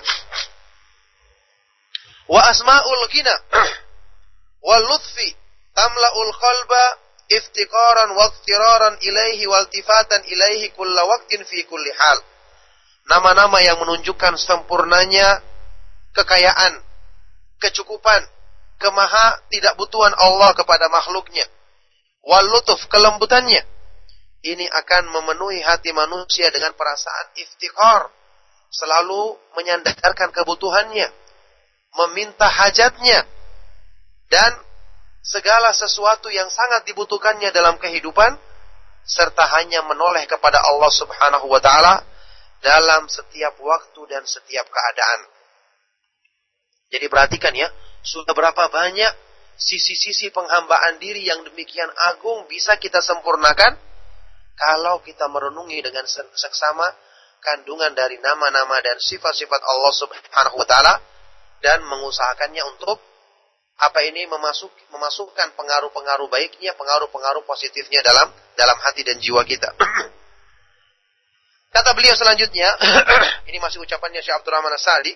Wa asma'ul ghina wal lutfi tamla'ul qalba iftiqaran wa iftiraran ilaihi wal tifatan ilaihi kulla waqtin fi kulli hal. Nama-nama yang menunjukkan sempurnanya kekayaan, kecukupan, kemaha tidak butuhan Allah kepada makhluknya. Wal lutuf, kelembutannya. Ini akan memenuhi hati manusia dengan perasaan iftiqar, selalu menyandarkan kebutuhannya, meminta hajatnya, dan segala sesuatu yang sangat dibutuhkannya dalam kehidupan, serta hanya menoleh kepada Allah Subhanahu wa ta'ala dalam setiap waktu dan setiap keadaan. Jadi perhatikan ya, sudah berapa banyak sisi-sisi penghambaan diri yang demikian agung bisa kita sempurnakan kalau kita merenungi dengan seksama kandungan dari nama-nama dan sifat-sifat Allah Subhanahu wa ta'ala, dan mengusahakannya untuk apa ini memasuk, memasukkan pengaruh-pengaruh baiknya, pengaruh-pengaruh positifnya dalam dalam hati dan jiwa kita. Kata beliau selanjutnya, ini masih ucapannya Syekh Abdurrahman As-Sa'di,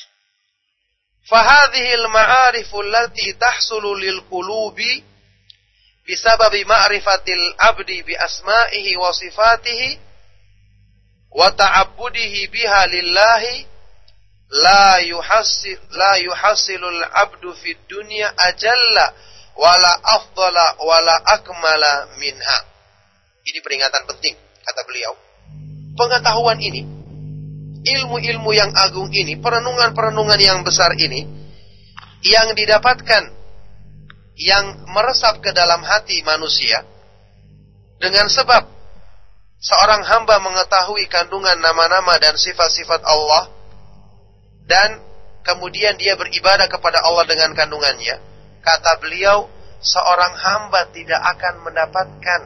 fahadhil ma'ariful lati tahsulu lil qulubi bisababi ma'rifatil abdi bi asma'ihi wa sifatihi wa ta'abbudihi biha lillahi la yuhassil la yuhassilul abdu fid dunya ajalla wala afdala wala akmala minha. Ini peringatan penting kata beliau. Pengetahuan ini, ilmu-ilmu yang agung ini, perenungan-perenungan yang besar ini, yang didapatkan, yang meresap ke dalam hati manusia, dengan sebab seorang hamba mengetahui kandungan nama-nama dan sifat-sifat Allah, dan kemudian dia beribadah kepada Allah dengan kandungannya, kata beliau, seorang hamba tidak akan mendapatkan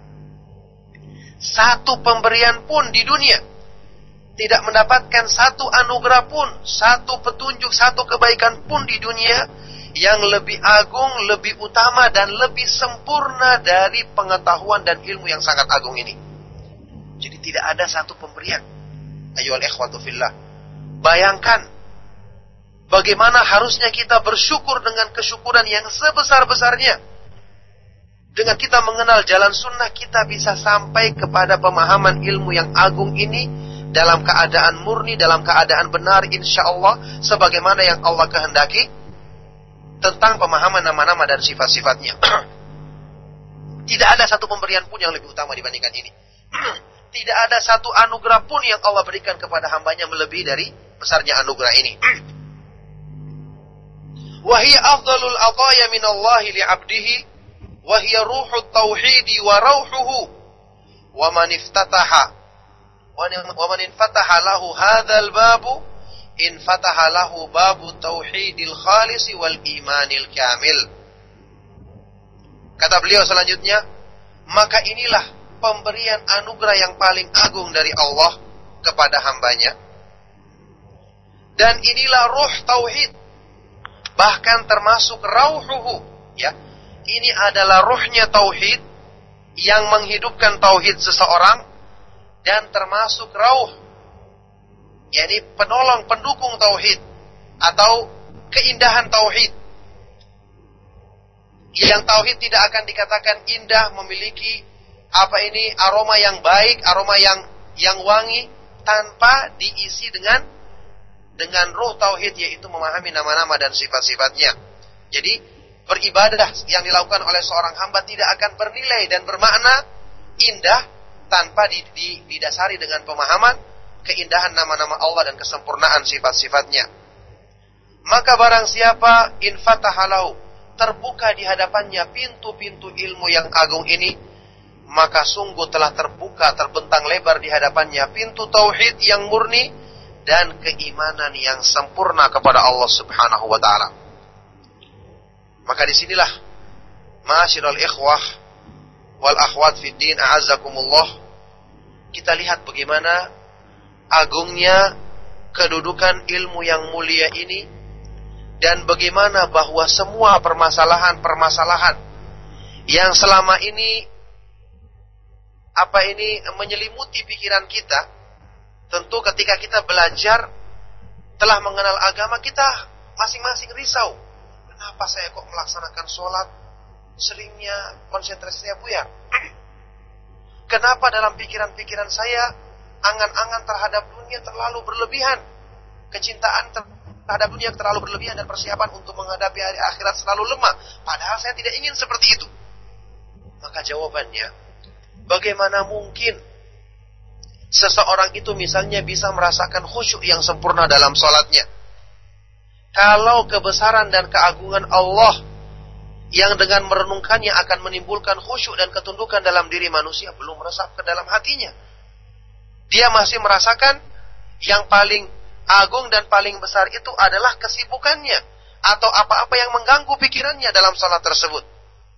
satu pemberian pun di dunia, tidak mendapatkan satu anugerah pun, satu petunjuk, satu kebaikan pun di dunia yang lebih agung, lebih utama dan lebih sempurna dari pengetahuan dan ilmu yang sangat agung ini. Jadi tidak ada satu pemberian. Ayyuhal ikhwatu fillah, bayangkan bagaimana harusnya kita bersyukur dengan kesyukuran yang sebesar-besarnya. Dengan kita mengenal jalan sunnah, kita bisa sampai kepada pemahaman ilmu yang agung ini dalam keadaan murni, dalam keadaan benar, insya Allah, sebagaimana yang Allah kehendaki tentang pemahaman nama-nama dan sifat-sifatnya. Tidak ada satu pemberian pun yang lebih utama dibandingkan ini. Tidak ada satu anugerah pun yang Allah berikan kepada hambanya melebihi dari besarnya anugerah ini. Wahia afdalul ataya minallahi li'abdihi wahia ruhut tauhidi wa rauhuhu wa man iftataha wa man infataha lahu hadzal babu infataha lahu babu tauhidil khalis wal imanil kamil. Kata beliau selanjutnya, maka inilah pemberian anugerah yang paling agung dari Allah kepada hambanya. Dan inilah ruh tauhid, bahkan termasuk rauhuhu, ya. Ini adalah ruhnya tauhid yang menghidupkan tauhid seseorang, dan termasuk rauh, yakni penolong pendukung tauhid atau keindahan tauhid. Yang tauhid tidak akan dikatakan indah, memiliki apa ini aroma yang baik, aroma yang yang wangi, tanpa diisi dengan dengan ruh tauhid, yaitu memahami nama-nama dan sifat-sifatnya. Jadi beribadah yang dilakukan oleh seorang hamba tidak akan bernilai dan bermakna indah tanpa didasari dengan pemahaman keindahan nama-nama Allah dan kesempurnaan sifat-sifatnya. Maka barang siapa infatahalahu, terbuka di hadapannya pintu-pintu ilmu yang agung ini, maka sungguh telah terbuka, terbentang lebar di hadapannya pintu tauhid yang murni dan keimanan yang sempurna kepada Allah Subhanahu wa taala. Maka disinilah, ma'asyiral ikhwah wal akhwat fid din, a'azzakumullah, kita lihat bagaimana agungnya kedudukan ilmu yang mulia ini, dan bagaimana bahwa semua permasalahan-permasalahan yang selama ini apa ini menyelimuti pikiran kita, tentu ketika kita belajar telah mengenal agama, kita masing-masing risau. Kenapa saya kok melaksanakan sholat seringnya konsentrasi saya buyar? Kenapa dalam pikiran-pikiran saya angan-angan terhadap dunia terlalu berlebihan, kecintaan terhadap dunia terlalu berlebihan, dan persiapan untuk menghadapi hari akhirat selalu lemah, padahal saya tidak ingin seperti itu. Maka jawabannya, bagaimana mungkin seseorang itu misalnya bisa merasakan khusyuk yang sempurna dalam sholatnya, kalau kebesaran dan keagungan Allah yang dengan merenungkannya akan menimbulkan khusyuk dan ketundukan dalam diri manusia belum meresap ke dalam hatinya? Dia masih merasakan yang paling agung dan paling besar itu adalah kesibukannya atau apa-apa yang mengganggu pikirannya dalam salat tersebut.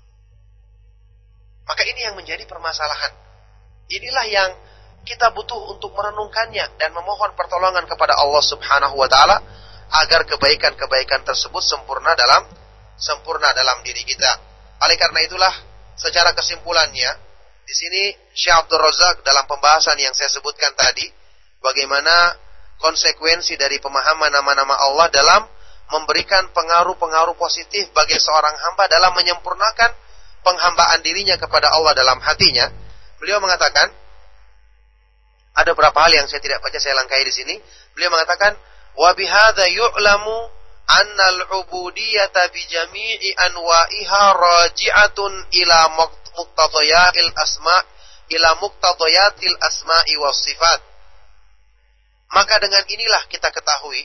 Maka ini yang menjadi permasalahan. Inilah yang kita butuh untuk merenungkannya dan memohon pertolongan kepada Allah Subhanahu wa taala agar kebaikan-kebaikan tersebut sempurna dalam sempurna dalam diri kita. Oleh karena itulah, secara kesimpulannya, di sini Syekh Abdul Razak dalam pembahasan yang saya sebutkan tadi, bagaimana konsekuensi dari pemahaman nama-nama Allah dalam memberikan pengaruh-pengaruh positif bagi seorang hamba dalam menyempurnakan penghambaan dirinya kepada Allah dalam hatinya. Beliau mengatakan, ada beberapa hal yang saya tidak baca, saya langkai di sini. Beliau mengatakan, wa bihadza yu'lamu anna al-'ubudiyyata bi jami'i anwa'iha raji'atun ila muqtadayatil asma' ila muqtadayatil asma'i was sifat. Maka dengan inilah kita ketahui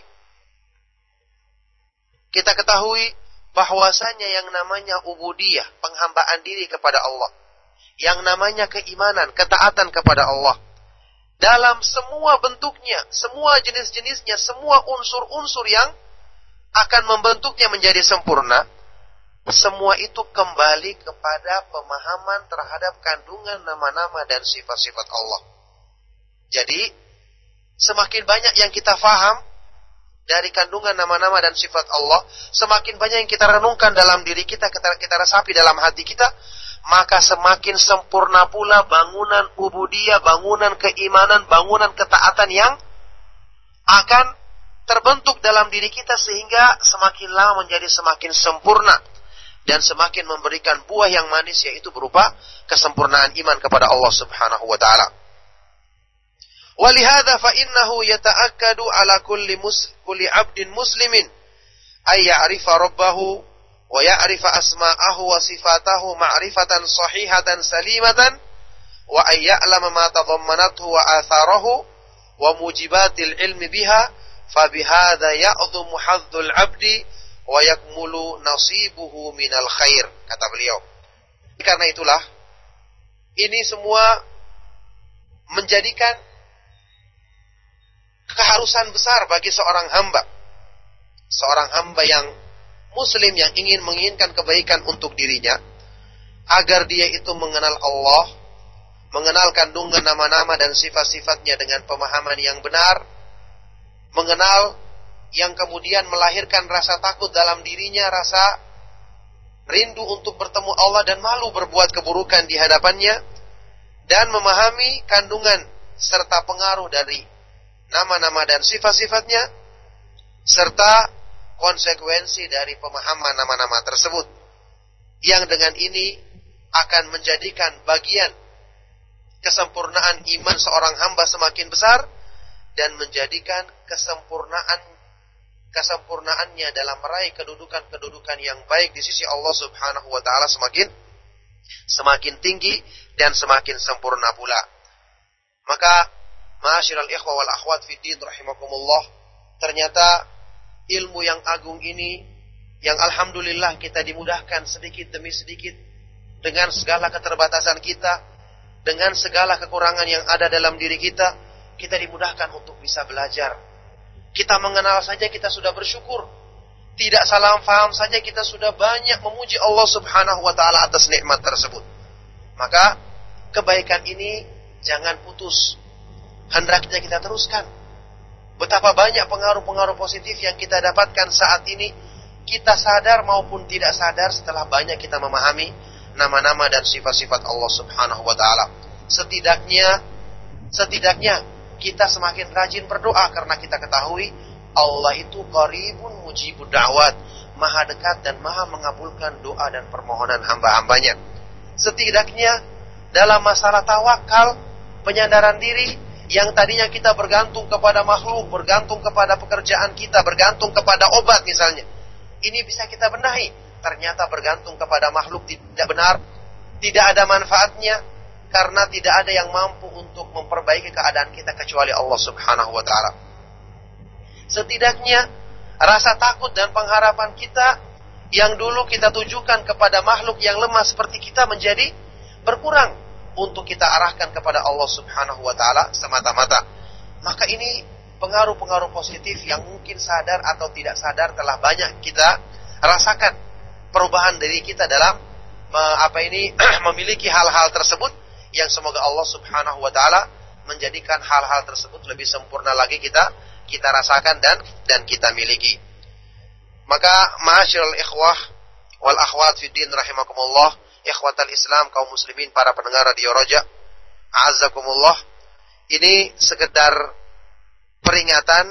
kita ketahui bahwasanya yang namanya ubudiyah, penghambaan diri kepada Allah, yang namanya keimanan, ketaatan kepada Allah, dalam semua bentuknya, semua jenis-jenisnya, semua unsur-unsur yang akan membentuknya menjadi sempurna, semua itu kembali kepada pemahaman terhadap kandungan nama-nama dan sifat-sifat Allah. Jadi, semakin banyak yang kita faham dari kandungan nama-nama dan sifat Allah, semakin banyak yang kita renungkan dalam diri kita, kita, kita resapi dalam hati kita, maka semakin sempurna pula bangunan ubudiyah, bangunan keimanan, bangunan ketaatan yang akan terbentuk dalam diri kita, sehingga semakin lama menjadi semakin sempurna dan semakin memberikan buah yang manis, yaitu berupa kesempurnaan iman kepada Allah Subhanahu wa taala. Walihada fa innahu yata'akkadu ala kulli mus kulli 'abdin muslimin ay ya'rifa rabbahu wa ya'rifa asma'ahu wa sifatahu ma'rifatan sahihatan salimatan wa ay ya'lama ma tadammanathu wa atharahu wa mujibatil ilmi biha fa bihadza ya'dhumu hadzul 'abdi wa yakmulu nasibuhu minal khair, kata beliau. Karena itulah ini semua menjadikan keharusan besar bagi seorang hamba. Seorang hamba yang muslim yang ingin menginginkan kebaikan untuk dirinya, agar dia itu mengenal Allah, mengenal kandungan nama-nama dan sifat-sifatnya dengan pemahaman yang benar, mengenal yang kemudian melahirkan rasa takut dalam dirinya, rasa rindu untuk bertemu Allah dan malu berbuat keburukan di hadapannya, dan memahami kandungan serta pengaruh dari nama-nama dan sifat-sifatnya, serta konsekuensi dari pemahaman nama-nama tersebut, yang dengan ini akan menjadikan bagian kesempurnaan iman seorang hamba semakin besar, dan menjadikan kesempurnaan kesempurnaannya dalam meraih kedudukan-kedudukan yang baik di sisi Allah Subhanahu wa taala semakin semakin tinggi dan semakin sempurna pula. Maka ma'asyiral ikhwah wal akhwat fid din rahimakumullah, ternyata ilmu yang agung ini yang alhamdulillah kita dimudahkan sedikit demi sedikit dengan segala keterbatasan kita, dengan segala kekurangan yang ada dalam diri kita, kita dimudahkan untuk bisa belajar. Kita mengenal saja kita sudah bersyukur. Tidak salah faham saja kita sudah banyak memuji Allah Subhanahu wa taala atas nikmat tersebut. Maka kebaikan ini jangan putus. Hendaknya kita teruskan. Betapa banyak pengaruh-pengaruh positif yang kita dapatkan saat ini, kita sadar maupun tidak sadar setelah banyak kita memahami nama-nama dan sifat-sifat Allah Subhanahu wa taala. Setidaknya setidaknya kita semakin rajin berdoa karena kita ketahui Allah itu qaribun mujibud da'wat, maha dekat dan maha mengabulkan doa dan permohonan hamba-hambanya. Setidaknya dalam masalah tawakal, penyadaran diri, yang tadinya kita bergantung kepada makhluk, bergantung kepada pekerjaan kita, bergantung kepada obat misalnya, ini bisa kita benahi. Ternyata bergantung kepada makhluk tidak benar, tidak ada manfaatnya, karena tidak ada yang mampu untuk memperbaiki keadaan kita kecuali Allah Subhanahu wa taala. Setidaknya rasa takut dan pengharapan kita yang dulu kita tujukan kepada makhluk yang lemah seperti kita menjadi berkurang untuk kita arahkan kepada Allah Subhanahu wa taala semata-mata. Maka ini pengaruh-pengaruh positif yang mungkin sadar atau tidak sadar telah banyak kita rasakan perubahan dari kita dalam apa ini memiliki hal-hal tersebut, yang semoga Allah Subhanahu wa taala menjadikan hal-hal tersebut lebih sempurna lagi kita kita rasakan dan dan kita miliki. Maka ma'asyiral ikhwah wal akhwat fid din rahimakumullah, ikhwatal Islam, kaum muslimin, para pendengar Radio Roja, a'azzakumullah, ini sekedar peringatan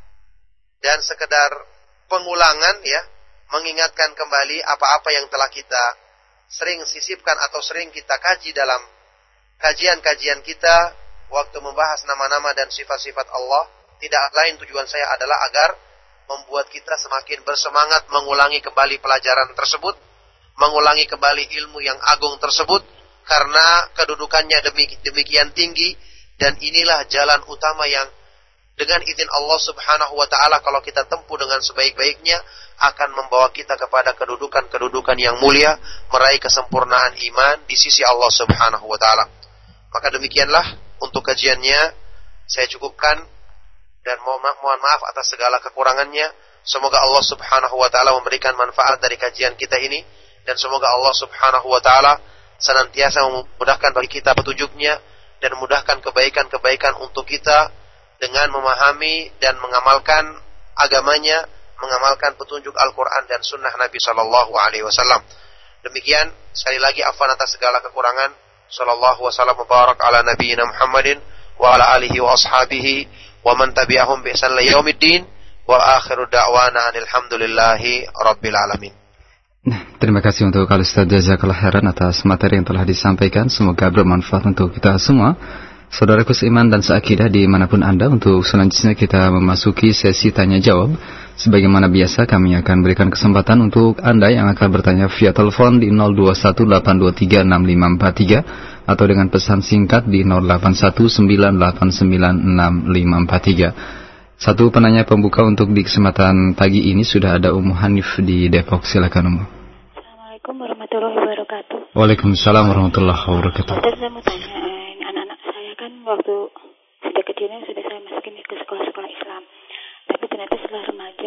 dan sekedar pengulangan ya, mengingatkan kembali apa-apa yang telah kita sering sisipkan atau sering kita kaji dalam kajian-kajian kita waktu membahas nama-nama dan sifat-sifat Allah. Tidak lain tujuan saya adalah agar membuat kita semakin bersemangat mengulangi kembali pelajaran tersebut, mengulangi kembali ilmu yang agung tersebut, karena kedudukannya demikian tinggi, dan inilah jalan utama yang dengan izin Allah Subhanahu wa taala kalau kita tempuh dengan sebaik-baiknya akan membawa kita kepada kedudukan-kedudukan yang mulia, meraih kesempurnaan iman di sisi Allah Subhanahu wa taala. Maka demikianlah untuk kajiannya, saya cukupkan dan mohon maaf, mohon maaf atas segala kekurangannya. Semoga Allah Subhanahu wa taala memberikan manfaat dari kajian kita ini, dan semoga Allah Subhanahu wa taala senantiasa memudahkan bagi kita petunjuknya dan memudahkan kebaikan-kebaikan untuk kita dengan memahami dan mengamalkan agamanya, mengamalkan petunjuk Al-Quran dan Sunnah Nabi Sallallahu Alaihi Wasallam. Demikian, sekali lagi afwan atas segala kekurangan. Sallallahu wasallam mubarak ala nabiyyina Muhammadin wa ala alihi wa ashabihi wa man tabi'ahum bi ihsan ila yaumiddin, wa akhiru da'wana alhamdulillahi rabbil alamin. Nah, terima kasih untuk Al Ustaz Jazakallah khairan atas materi yang telah disampaikan. Semoga bermanfaat untuk kita semua. Saudaraku seiman dan seakidah dimanapun Anda, untuk selanjutnya kita memasuki sesi tanya jawab. Sebagaimana biasa, kami akan berikan kesempatan untuk Anda yang akan bertanya via telepon di nol dua satu delapan dua tiga enam lima empat tiga atau dengan pesan singkat di nol delapan satu sembilan delapan sembilan enam lima empat tiga. Satu penanya pembuka untuk di kesempatan pagi ini sudah ada Ummu Hanif di Depok. Silakan Ummu. Assalamualaikum warahmatullahi wabarakatuh. Waalaikumsalam warahmatullahi wabarakatuh. Ustaz, saya mau tanya, anak-anak saya kan waktu sudah kecilnya sudah saya masukin ke sekolah-sekolah Islam.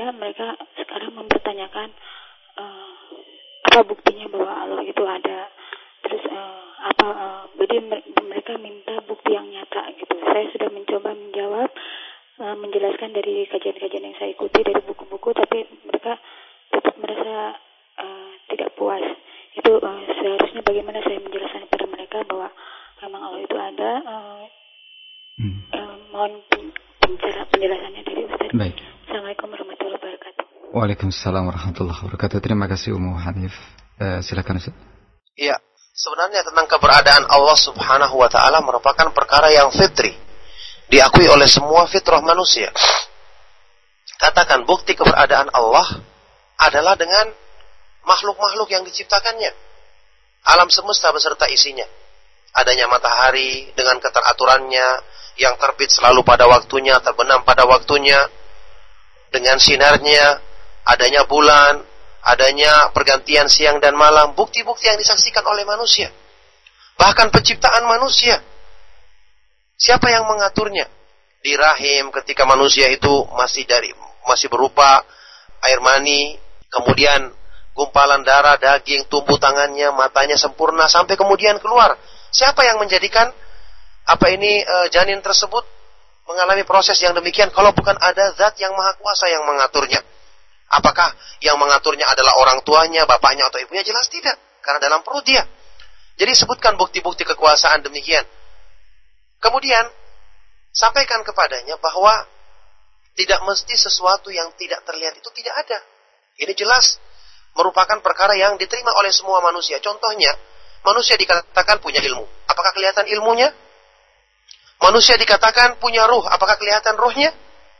ada mereka sekarang mempertanyakan uh, apa buktinya bahwa Allah itu ada. Terus uh, apa uh, jadi mereka minta bukti yang nyata gitu. Saya sudah mencoba menjawab, uh, menjelaskan dari kajian-kajian yang saya ikuti dari buku-buku, tapi mereka tetap merasa uh, tidak puas. Itu uh, seharusnya bagaimana saya menjelaskan kepada mereka bahwa memang Allah itu ada. Uh, hmm. uh, mohon penjelasannya dari Ustaz. Baik. Assalamualaikum warahmatullahi wabarakatuh. Waalaikumsalam warahmatullahi wabarakatuh. Terima kasih Ummu Hanif. Uh, silakan Ustaz. Iya. Sebenarnya tentang keberadaan Allah Subhanahu wa Ta'ala merupakan perkara yang fitri, diakui oleh semua fitrah manusia. Katakan bukti keberadaan Allah adalah dengan makhluk-makhluk yang diciptakannya, alam semesta beserta isinya. Adanya matahari dengan keteraturannya, yang terbit selalu pada waktunya, terbenam pada waktunya, dengan sinarnya, adanya bulan, adanya pergantian siang dan malam, bukti-bukti yang disaksikan oleh manusia. Bahkan penciptaan manusia, siapa yang mengaturnya? Di rahim ketika manusia itu masih dari masih berupa air mani, kemudian gumpalan darah, daging, tumbuh tangannya, matanya sempurna sampai kemudian keluar. Siapa yang menjadikan apa ini e, janin tersebut mengalami proses yang demikian kalau bukan ada zat yang maha kuasa yang mengaturnya? Apakah yang mengaturnya adalah orang tuanya, bapaknya atau ibunya? Jelas tidak, karena dalam perut dia. Jadi sebutkan bukti-bukti kekuasaan demikian. Kemudian sampaikan kepadanya bahwa tidak mesti sesuatu yang tidak terlihat itu tidak ada. Ini jelas merupakan perkara yang diterima oleh semua manusia. Contohnya, manusia dikatakan punya ilmu. Apakah kelihatan ilmunya? Manusia dikatakan punya ruh. Apakah kelihatan ruhnya?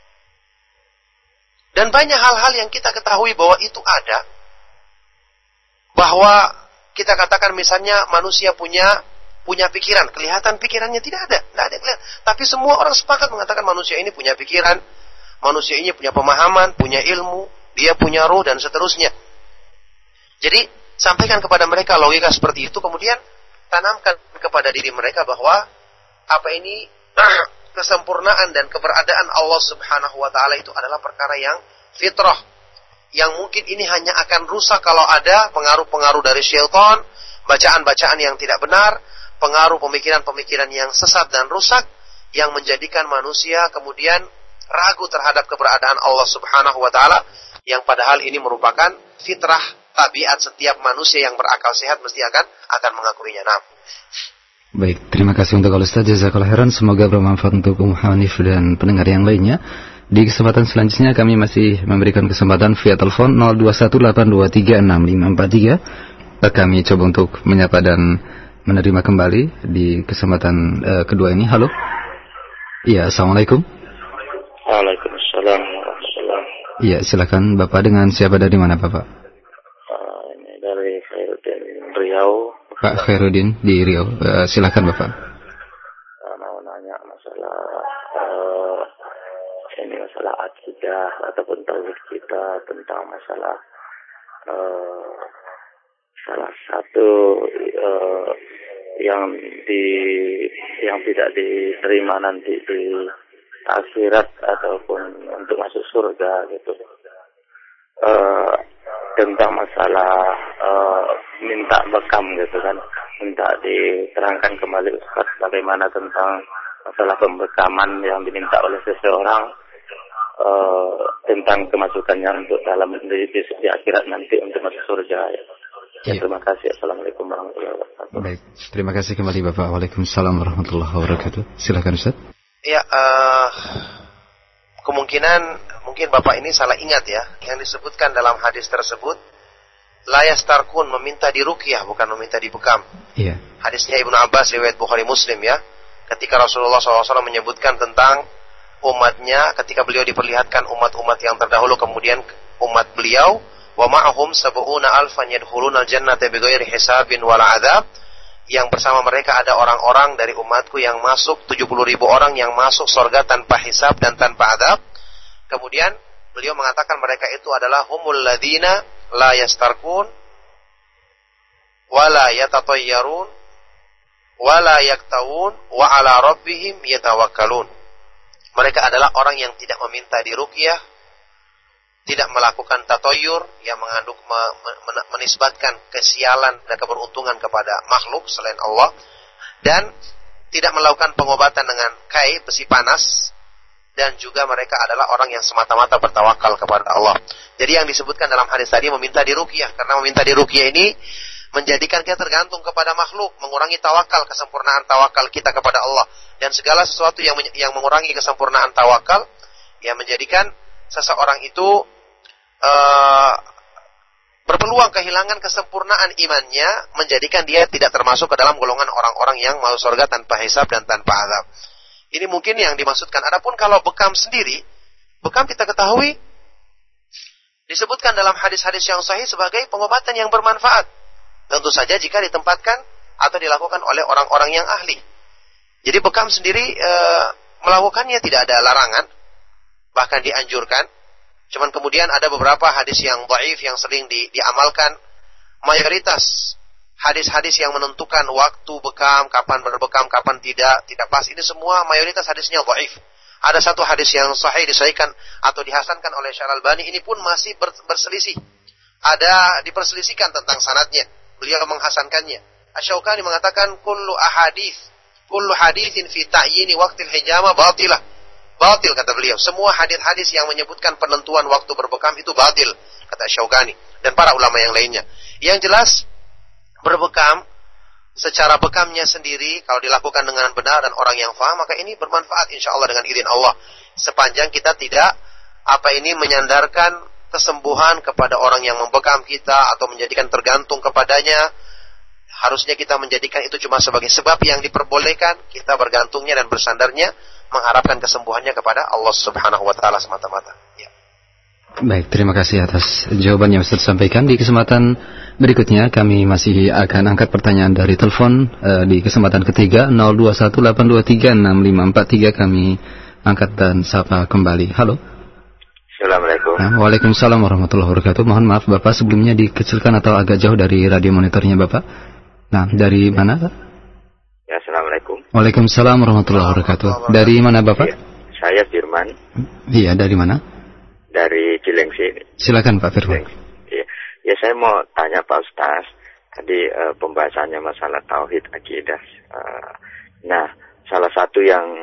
Dan banyak hal-hal yang kita ketahui bahwa itu ada. Bahwa kita katakan misalnya manusia punya punya pikiran. Kelihatan pikirannya tidak ada. Tidak ada kelihatan. Tapi semua orang sepakat mengatakan manusia ini punya pikiran. Manusia ini punya pemahaman, punya ilmu. Dia punya ruh dan seterusnya. Jadi sampaikan kepada mereka logika seperti itu. Kemudian tanamkan kepada diri mereka bahwa apa ini kesempurnaan dan keberadaan Allah Subhanahu wa Ta'ala itu adalah perkara yang fitrah, yang mungkin ini hanya akan rusak kalau ada pengaruh-pengaruh dari syaitan, bacaan-bacaan yang tidak benar, pengaruh pemikiran-pemikiran yang sesat dan rusak, yang menjadikan manusia kemudian ragu terhadap keberadaan Allah Subhanahu wa Ta'ala, yang padahal ini merupakan fitrah tabiat setiap manusia yang berakal sehat mesti akan akan mengakurinya. Nah. Baik, terima kasih untuk Al-Ustaz. Jazakallahu khairan. Semoga bermanfaat untuk Ummu Hanif dan pendengar yang lainnya. Di kesempatan selanjutnya kami masih memberikan kesempatan via telepon nol dua satu delapan dua tiga enam lima empat tiga. Kami coba untuk menyapa dan menerima kembali di kesempatan uh, kedua ini. Halo. Iya, Assalamualaikum. Waalaikumsalam warahmatullahi wabarakatuh. Iya, silakan Bapak, dengan siapa dari mana Bapak? Uh, ini dari Khairuddin Riau. Pak Khairuddin di Riau, uh, silakan Bapak. Uh, mau nanya masalah uh, ini masalah akidah ataupun tauhid kita tentang masalah uh, salah satu uh, yang di yang tidak diterima nanti di akhirat ataupun untuk masuk surga gitu. Uh, tentang masalah uh, minta bekam gitu kan, minta diterangkan kembali Ustaz bagaimana tentang masalah pembekaman yang diminta oleh seseorang uh, tentang kemasukannya untuk dalam di, di, di akhirat nanti untuk masuk surga ya. Ya, terima kasih. Assalamualaikum warahmatullahi wabarakatuh. Baik, terima kasih kembali Bapak. Waalaikumsalam warahmatullahi wabarakatuh. Silakan Ustaz. Ya, uh, kemungkinan mungkin Bapak ini salah ingat ya, yang disebutkan dalam hadis tersebut, la yastarkun, meminta diruqyah bukan meminta dibekam. Iya. Hadisnya Ibnu Abbas riwayat Bukhari Muslim ya. Ketika Rasulullah shallallahu alaihi wasallam menyebutkan tentang umatnya, ketika beliau diperlihatkan umat-umat yang terdahulu, kemudian umat beliau, wa ma'ahum sab'una alfan yadkhulunal jannata bighairi hisabin wala adzab, yang bersama mereka ada orang-orang dari umatku yang masuk, tujuh puluh ribu orang yang masuk surga tanpa hisab dan tanpa adzab. Kemudian beliau mengatakan mereka itu adalah humul ladina la yastarkun wala yatatayyarun wala yaktawun wa ala rabbihim yatawakkalun. Mereka adalah orang yang tidak meminta diruqyah, tidak melakukan tatoyur yang mengandung menisbatkan kesialan dan keberuntungan kepada makhluk selain Allah, dan tidak melakukan pengobatan dengan kai, besi panas, dan juga mereka adalah orang yang semata-mata bertawakal kepada Allah. Jadi yang disebutkan dalam hadis tadi meminta diruqyah, karena meminta diruqyah ini menjadikan kita tergantung kepada makhluk, mengurangi tawakal, kesempurnaan tawakal kita kepada Allah, dan segala sesuatu yang yang mengurangi kesempurnaan tawakal yang menjadikan seseorang itu Uh, berpeluang kehilangan kesempurnaan imannya, menjadikan dia tidak termasuk ke dalam golongan orang-orang yang mau surga tanpa hisab dan tanpa azab. Ini mungkin yang dimaksudkan. Adapun kalau bekam sendiri, bekam kita ketahui disebutkan dalam hadis-hadis yang sahih sebagai pengobatan yang bermanfaat. Tentu saja jika ditempatkan atau dilakukan oleh orang-orang yang ahli. Jadi bekam sendiri uh, melakukannya tidak ada larangan, bahkan dianjurkan. Cuman kemudian ada beberapa hadis yang dhaif yang sering di, diamalkan. Mayoritas hadis-hadis yang menentukan waktu bekam, kapan berbekam, kapan tidak, tidak pas. Ini semua mayoritas hadisnya dhaif. Ada satu hadis yang sahih disahihkan atau dihasankan oleh Syekh Al-Albani, ini pun masih ber, berselisih. Ada diperselisihkan tentang sanadnya. Beliau menghasankannya. Asy-Syaukani mengatakan kullu ahadits, kullu haditsin fi ta'yini waqtil hijama batilah. Batil, kata beliau. Semua hadis-hadis yang menyebutkan penentuan waktu berbekam itu batil, kata Syaukani dan para ulama yang lainnya. Yang jelas, berbekam secara bekamnya sendiri kalau dilakukan dengan benar dan orang yang faham, maka ini bermanfaat insya Allah dengan izin Allah. Sepanjang kita tidak apa ini menyandarkan kesembuhan kepada orang yang membekam kita atau menjadikan tergantung kepadanya. Harusnya kita menjadikan itu cuma sebagai sebab yang diperbolehkan, kita bergantungnya dan bersandarnya mengharapkan kesembuhannya kepada Allah Subhanahu wa taala semata-mata. Ya. Baik, terima kasih atas jawaban yang Ustaz sampaikan. Di kesempatan berikutnya kami masih akan angkat pertanyaan dari telepon uh, di kesempatan ketiga nol dua satu delapan dua tiga enam lima empat tiga kami angkat dan sapa kembali. Halo. Assalamualaikum. Nah, waalaikumsalam warahmatullahi wabarakatuh. Mohon maaf Bapak sebelumnya dikecilkan atau agak jauh dari radio monitornya Bapak. Nah, dari mana Pak? Ya, Assalamualaikum. Waalaikumsalam warahmatullahi wabarakatuh. Dari mana Bapak? Ya, saya Firman. Iya, dari mana? Dari Cilengsi. Silakan Pak Firman. Iya. Ya, saya mau tanya Pak Ustaz. Tadi uh, pembahasannya masalah tauhid akidah. Uh, nah, salah satu yang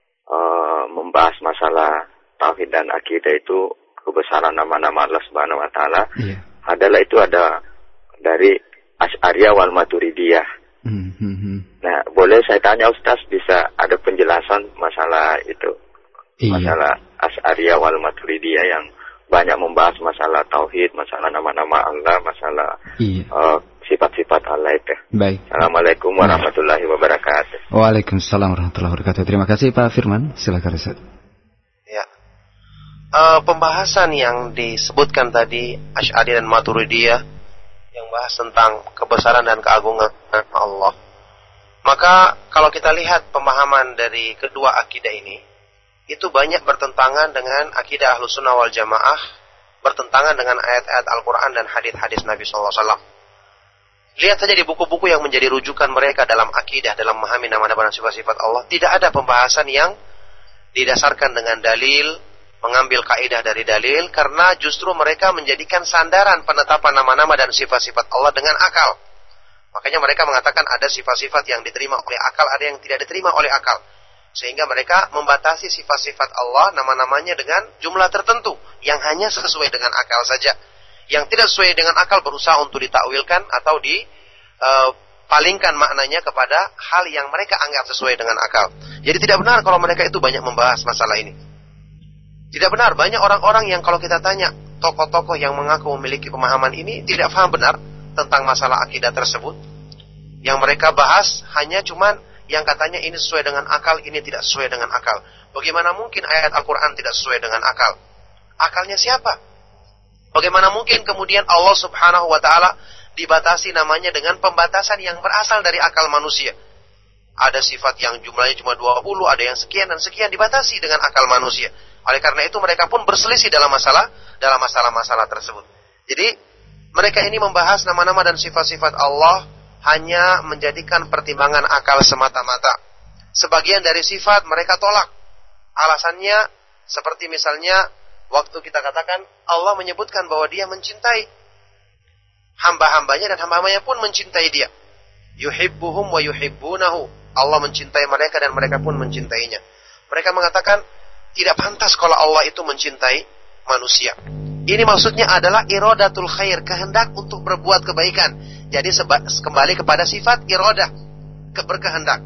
uh, membahas masalah tauhid dan akidah itu kebesaran nama-nama Allah Subhanahu wa taala. Iya. Adalah itu ada dari Asy'ariyah wal Maturidiyah. Mm-hmm. Nah, boleh saya tanya Ustaz, bisa ada penjelasan masalah itu? Iya. Masalah Asy'ariyah wal Maturidiyah yang banyak membahas masalah tauhid, masalah nama-nama Allah, masalah iya. uh, sifat-sifat Allah itu. Baik. Assalamualaikum warahmatullahi wabarakatuh. Waalaikumsalam warahmatullahi wabarakatuh. Terima kasih Pak Firman. Silakan Ustaz. Ya. Uh, pembahasan yang disebutkan tadi Asy'ariyah dan Maturidiyah yang bahas tentang kebesaran dan keagungan Allah. Maka kalau kita lihat pemahaman dari kedua akidah ini, itu banyak bertentangan dengan akidah Ahlus Sunnah wal Jamaah, bertentangan dengan ayat-ayat Al-Quran dan hadis-hadis Nabi shallallahu alaihi wasallam. Lihat saja di buku-buku yang menjadi rujukan mereka dalam akidah, dalam memahami nama-nama dan sifat-sifat Allah, tidak ada pembahasan yang didasarkan dengan dalil, mengambil kaidah dari dalil, karena justru mereka menjadikan sandaran penetapan nama-nama dan sifat-sifat Allah dengan akal. Makanya mereka mengatakan ada sifat-sifat yang diterima oleh akal, ada yang tidak diterima oleh akal. Sehingga mereka membatasi sifat-sifat Allah, nama-namanya dengan jumlah tertentu, yang hanya sesuai dengan akal saja. Yang tidak sesuai dengan akal berusaha untuk ditakwilkan atau dipalingkan uh, maknanya kepada hal yang mereka anggap sesuai dengan akal. Jadi tidak benar kalau mereka itu banyak membahas masalah ini. Tidak benar, banyak orang-orang yang kalau kita tanya, tokoh-tokoh yang mengaku memiliki pemahaman ini tidak paham benar tentang masalah akidah tersebut. Yang mereka bahas hanya cuman yang katanya ini sesuai dengan akal, ini tidak sesuai dengan akal. Bagaimana mungkin ayat Al-Quran tidak sesuai dengan akal? Akalnya siapa? Bagaimana mungkin kemudian Allah Subhanahu wa ta'ala dibatasi namanya dengan pembatasan yang berasal dari akal manusia? Ada sifat yang jumlahnya cuma dua puluh, ada yang sekian dan sekian, dibatasi dengan akal manusia. Oleh karena itu mereka pun berselisih dalam masalah dalam masalah-masalah tersebut. Jadi mereka ini membahas nama-nama dan sifat-sifat Allah hanya menjadikan pertimbangan akal semata-mata. Sebagian dari sifat mereka tolak. Alasannya seperti misalnya Waktu kita katakan Allah menyebutkan bahwa dia mencintai hamba-hambanya dan hamba-hambanya pun mencintai dia. Yuhibbuhum wa yuhibbunahu. Allah mencintai mereka dan mereka pun mencintainya. Mereka mengatakan tidak pantas kalau Allah itu mencintai manusia. Ini maksudnya adalah iradatul khair, kehendak untuk berbuat kebaikan. Jadi seba- kembali kepada sifat iradah, berkehendak.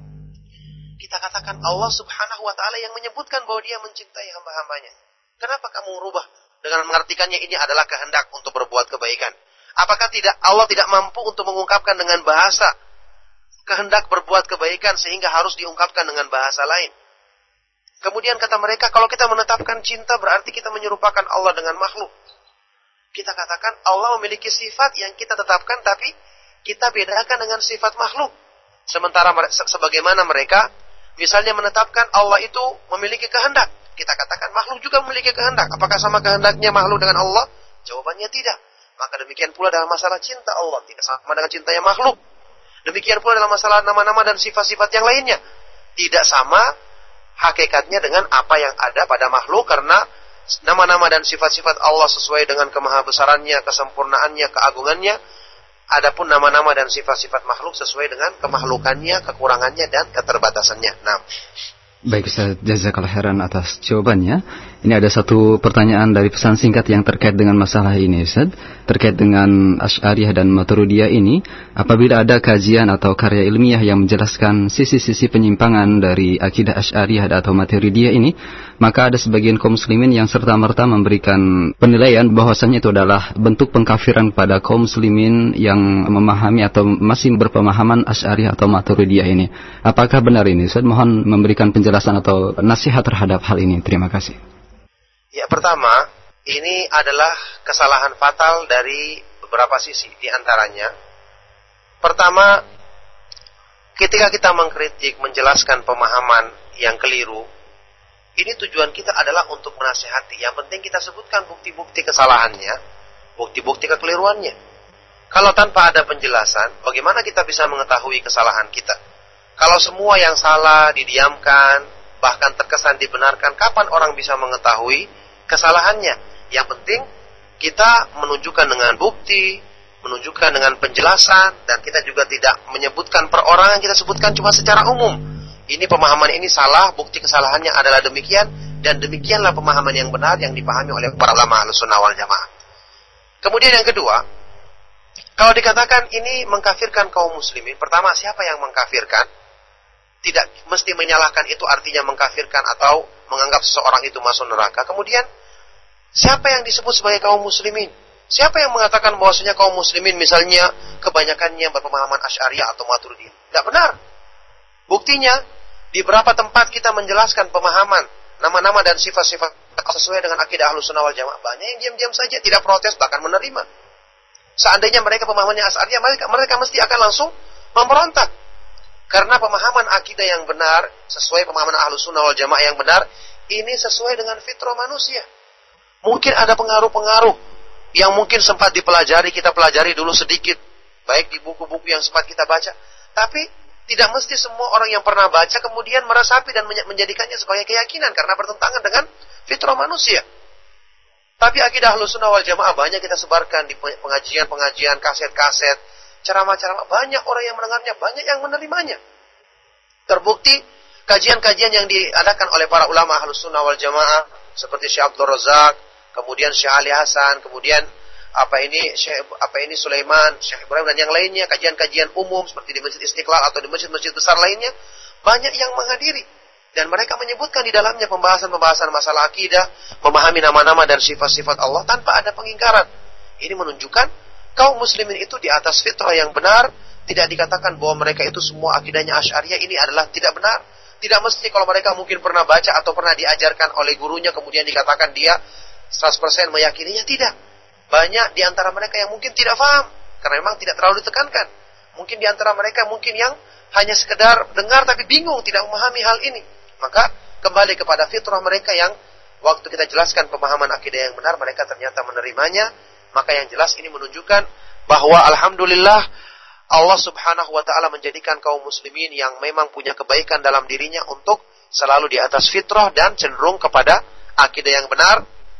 Kita katakan Allah subhanahu wa ta'ala yang menyebutkan bahwa dia mencintai hamba-hambanya. Kenapa kamu merubah dengan mengartikannya ini adalah kehendak untuk berbuat kebaikan? Apakah tidak Allah tidak mampu untuk mengungkapkan dengan bahasa kehendak berbuat kebaikan sehingga harus diungkapkan dengan bahasa lain? Kemudian kata mereka, kalau kita menetapkan cinta berarti kita menyerupakan Allah dengan makhluk. Kita katakan Allah memiliki sifat yang kita tetapkan tapi kita bedakan dengan sifat makhluk. Sementara sebagaimana mereka misalnya menetapkan Allah itu memiliki kehendak. Kita katakan makhluk juga memiliki kehendak. Apakah sama kehendaknya makhluk dengan Allah? Jawabannya tidak. Maka demikian pula dalam masalah cinta Allah tidak sama dengan cintanya makhluk. Demikian pula dalam masalah nama-nama dan sifat-sifat yang lainnya. Tidak sama hakikatnya dengan apa yang ada pada makhluk, karena nama-nama dan sifat-sifat Allah sesuai dengan kemahabesarannya, kesempurnaannya, keagungannya. Adapun nama-nama dan sifat-sifat makhluk sesuai dengan kemakhlukannya, kekurangannya dan keterbatasannya. Nah, baik, Ustaz, jazakallahu khairan atas jawabannya. Ini ada satu pertanyaan dari pesan singkat yang terkait dengan masalah ini, Ustaz. Terkait dengan Asy'ariyah dan Maturidiyah ini, apabila ada kajian atau karya ilmiah yang menjelaskan sisi-sisi penyimpangan dari akidah Asy'ariyah atau Maturidiyah ini, maka ada sebagian kaum muslimin yang serta-merta memberikan penilaian bahwasanya itu adalah bentuk pengkafiran pada kaum muslimin yang memahami atau masih berpemahaman Asy'ariyah atau Maturidiyah ini. Apakah benar ini, Ustaz? Mohon memberikan penjelasan atau nasihat terhadap hal ini. Terima kasih. Ya, pertama, ini adalah kesalahan fatal dari beberapa sisi. Di antaranya, pertama, ketika kita mengkritik, menjelaskan pemahaman yang keliru, ini tujuan kita adalah untuk menasihati. Yang penting kita sebutkan bukti-bukti kesalahannya, bukti-bukti kekeliruannya. Kalau tanpa ada penjelasan, bagaimana kita bisa mengetahui kesalahan kita? Kalau semua yang salah didiamkan, bahkan terkesan dibenarkan, kapan orang bisa mengetahui kesalahannya? Yang penting kita menunjukkan dengan bukti, menunjukkan dengan penjelasan, dan kita juga tidak menyebutkan perorangan, kita sebutkan cuma secara umum. Ini pemahaman ini salah, bukti kesalahannya adalah demikian, dan demikianlah pemahaman yang benar yang dipahami oleh para ulama Ahlussunnah wal Jamaah. Kemudian yang kedua, kalau dikatakan ini mengkafirkan kaum muslimin, pertama, siapa yang mengkafirkan? Tidak mesti menyalahkan itu artinya mengkafirkan atau menganggap seseorang itu masuk neraka. Kemudian, siapa yang disebut sebagai kaum muslimin? Siapa yang mengatakan bahwasanya kaum muslimin misalnya kebanyakannya berpemahaman Asy'ariyah atau Maturidiyah? Tidak benar. Buktinya, di beberapa tempat kita menjelaskan pemahaman nama-nama dan sifat-sifat sesuai dengan akidah Ahlussunnah wal Jamaah. Banyak yang diam-diam saja, tidak protes, bahkan menerima. Seandainya mereka pemahamannya Asy'ariyah, mereka, mereka mesti akan langsung memberontak. Karena pemahaman akidah yang benar, sesuai pemahaman Ahlussunnah wal Jamaah yang benar, ini sesuai dengan fitrah manusia. Mungkin ada pengaruh-pengaruh yang mungkin sempat dipelajari, kita pelajari dulu sedikit, baik di buku-buku yang sempat kita baca. Tapi tidak mesti semua orang yang pernah baca kemudian meresapi dan menjadikannya sebagai keyakinan, karena bertentangan dengan fitrah manusia. Tapi akidah Ahlussunnah wal Jamaah banyak kita sebarkan di pengajian-pengajian, kaset-kaset, ceramah-ceramah, banyak orang yang mendengarnya, banyak yang menerimanya. Terbukti kajian-kajian yang diadakan oleh para ulama Ahlussunnah wal Jamaah seperti Syekh Abdul Razak, kemudian Syekh Ali Hasan, kemudian apa ini Syekh apa ini Sulaiman, Syekh Ibrahim dan yang lainnya, kajian-kajian umum seperti di Masjid Istiqlal atau di masjid-masjid besar lainnya, banyak yang menghadiri dan mereka menyebutkan di dalamnya pembahasan-pembahasan masalah akidah, memahami nama-nama dan sifat-sifat Allah tanpa ada pengingkaran. Ini menunjukkan kaum muslimin itu di atas fitrah yang benar. Tidak dikatakan bahwa mereka itu semua akidahnya Asy'ariyah, ini adalah tidak benar. Tidak mesti kalau mereka mungkin pernah baca atau pernah diajarkan oleh gurunya kemudian dikatakan dia seratus persen meyakininya, tidak. Banyak di antara mereka yang mungkin tidak paham karena memang tidak terlalu ditekankan. Mungkin di antara mereka mungkin yang hanya sekedar dengar tapi bingung, tidak memahami hal ini. Maka kembali kepada fitrah mereka yang waktu kita jelaskan pemahaman akidah yang benar, mereka ternyata menerimanya. Maka yang jelas ini menunjukkan bahwa alhamdulillah Allah subhanahu wa ta'ala menjadikan kaum muslimin yang memang punya kebaikan dalam dirinya untuk selalu di atas fitrah dan cenderung kepada akidah yang benar.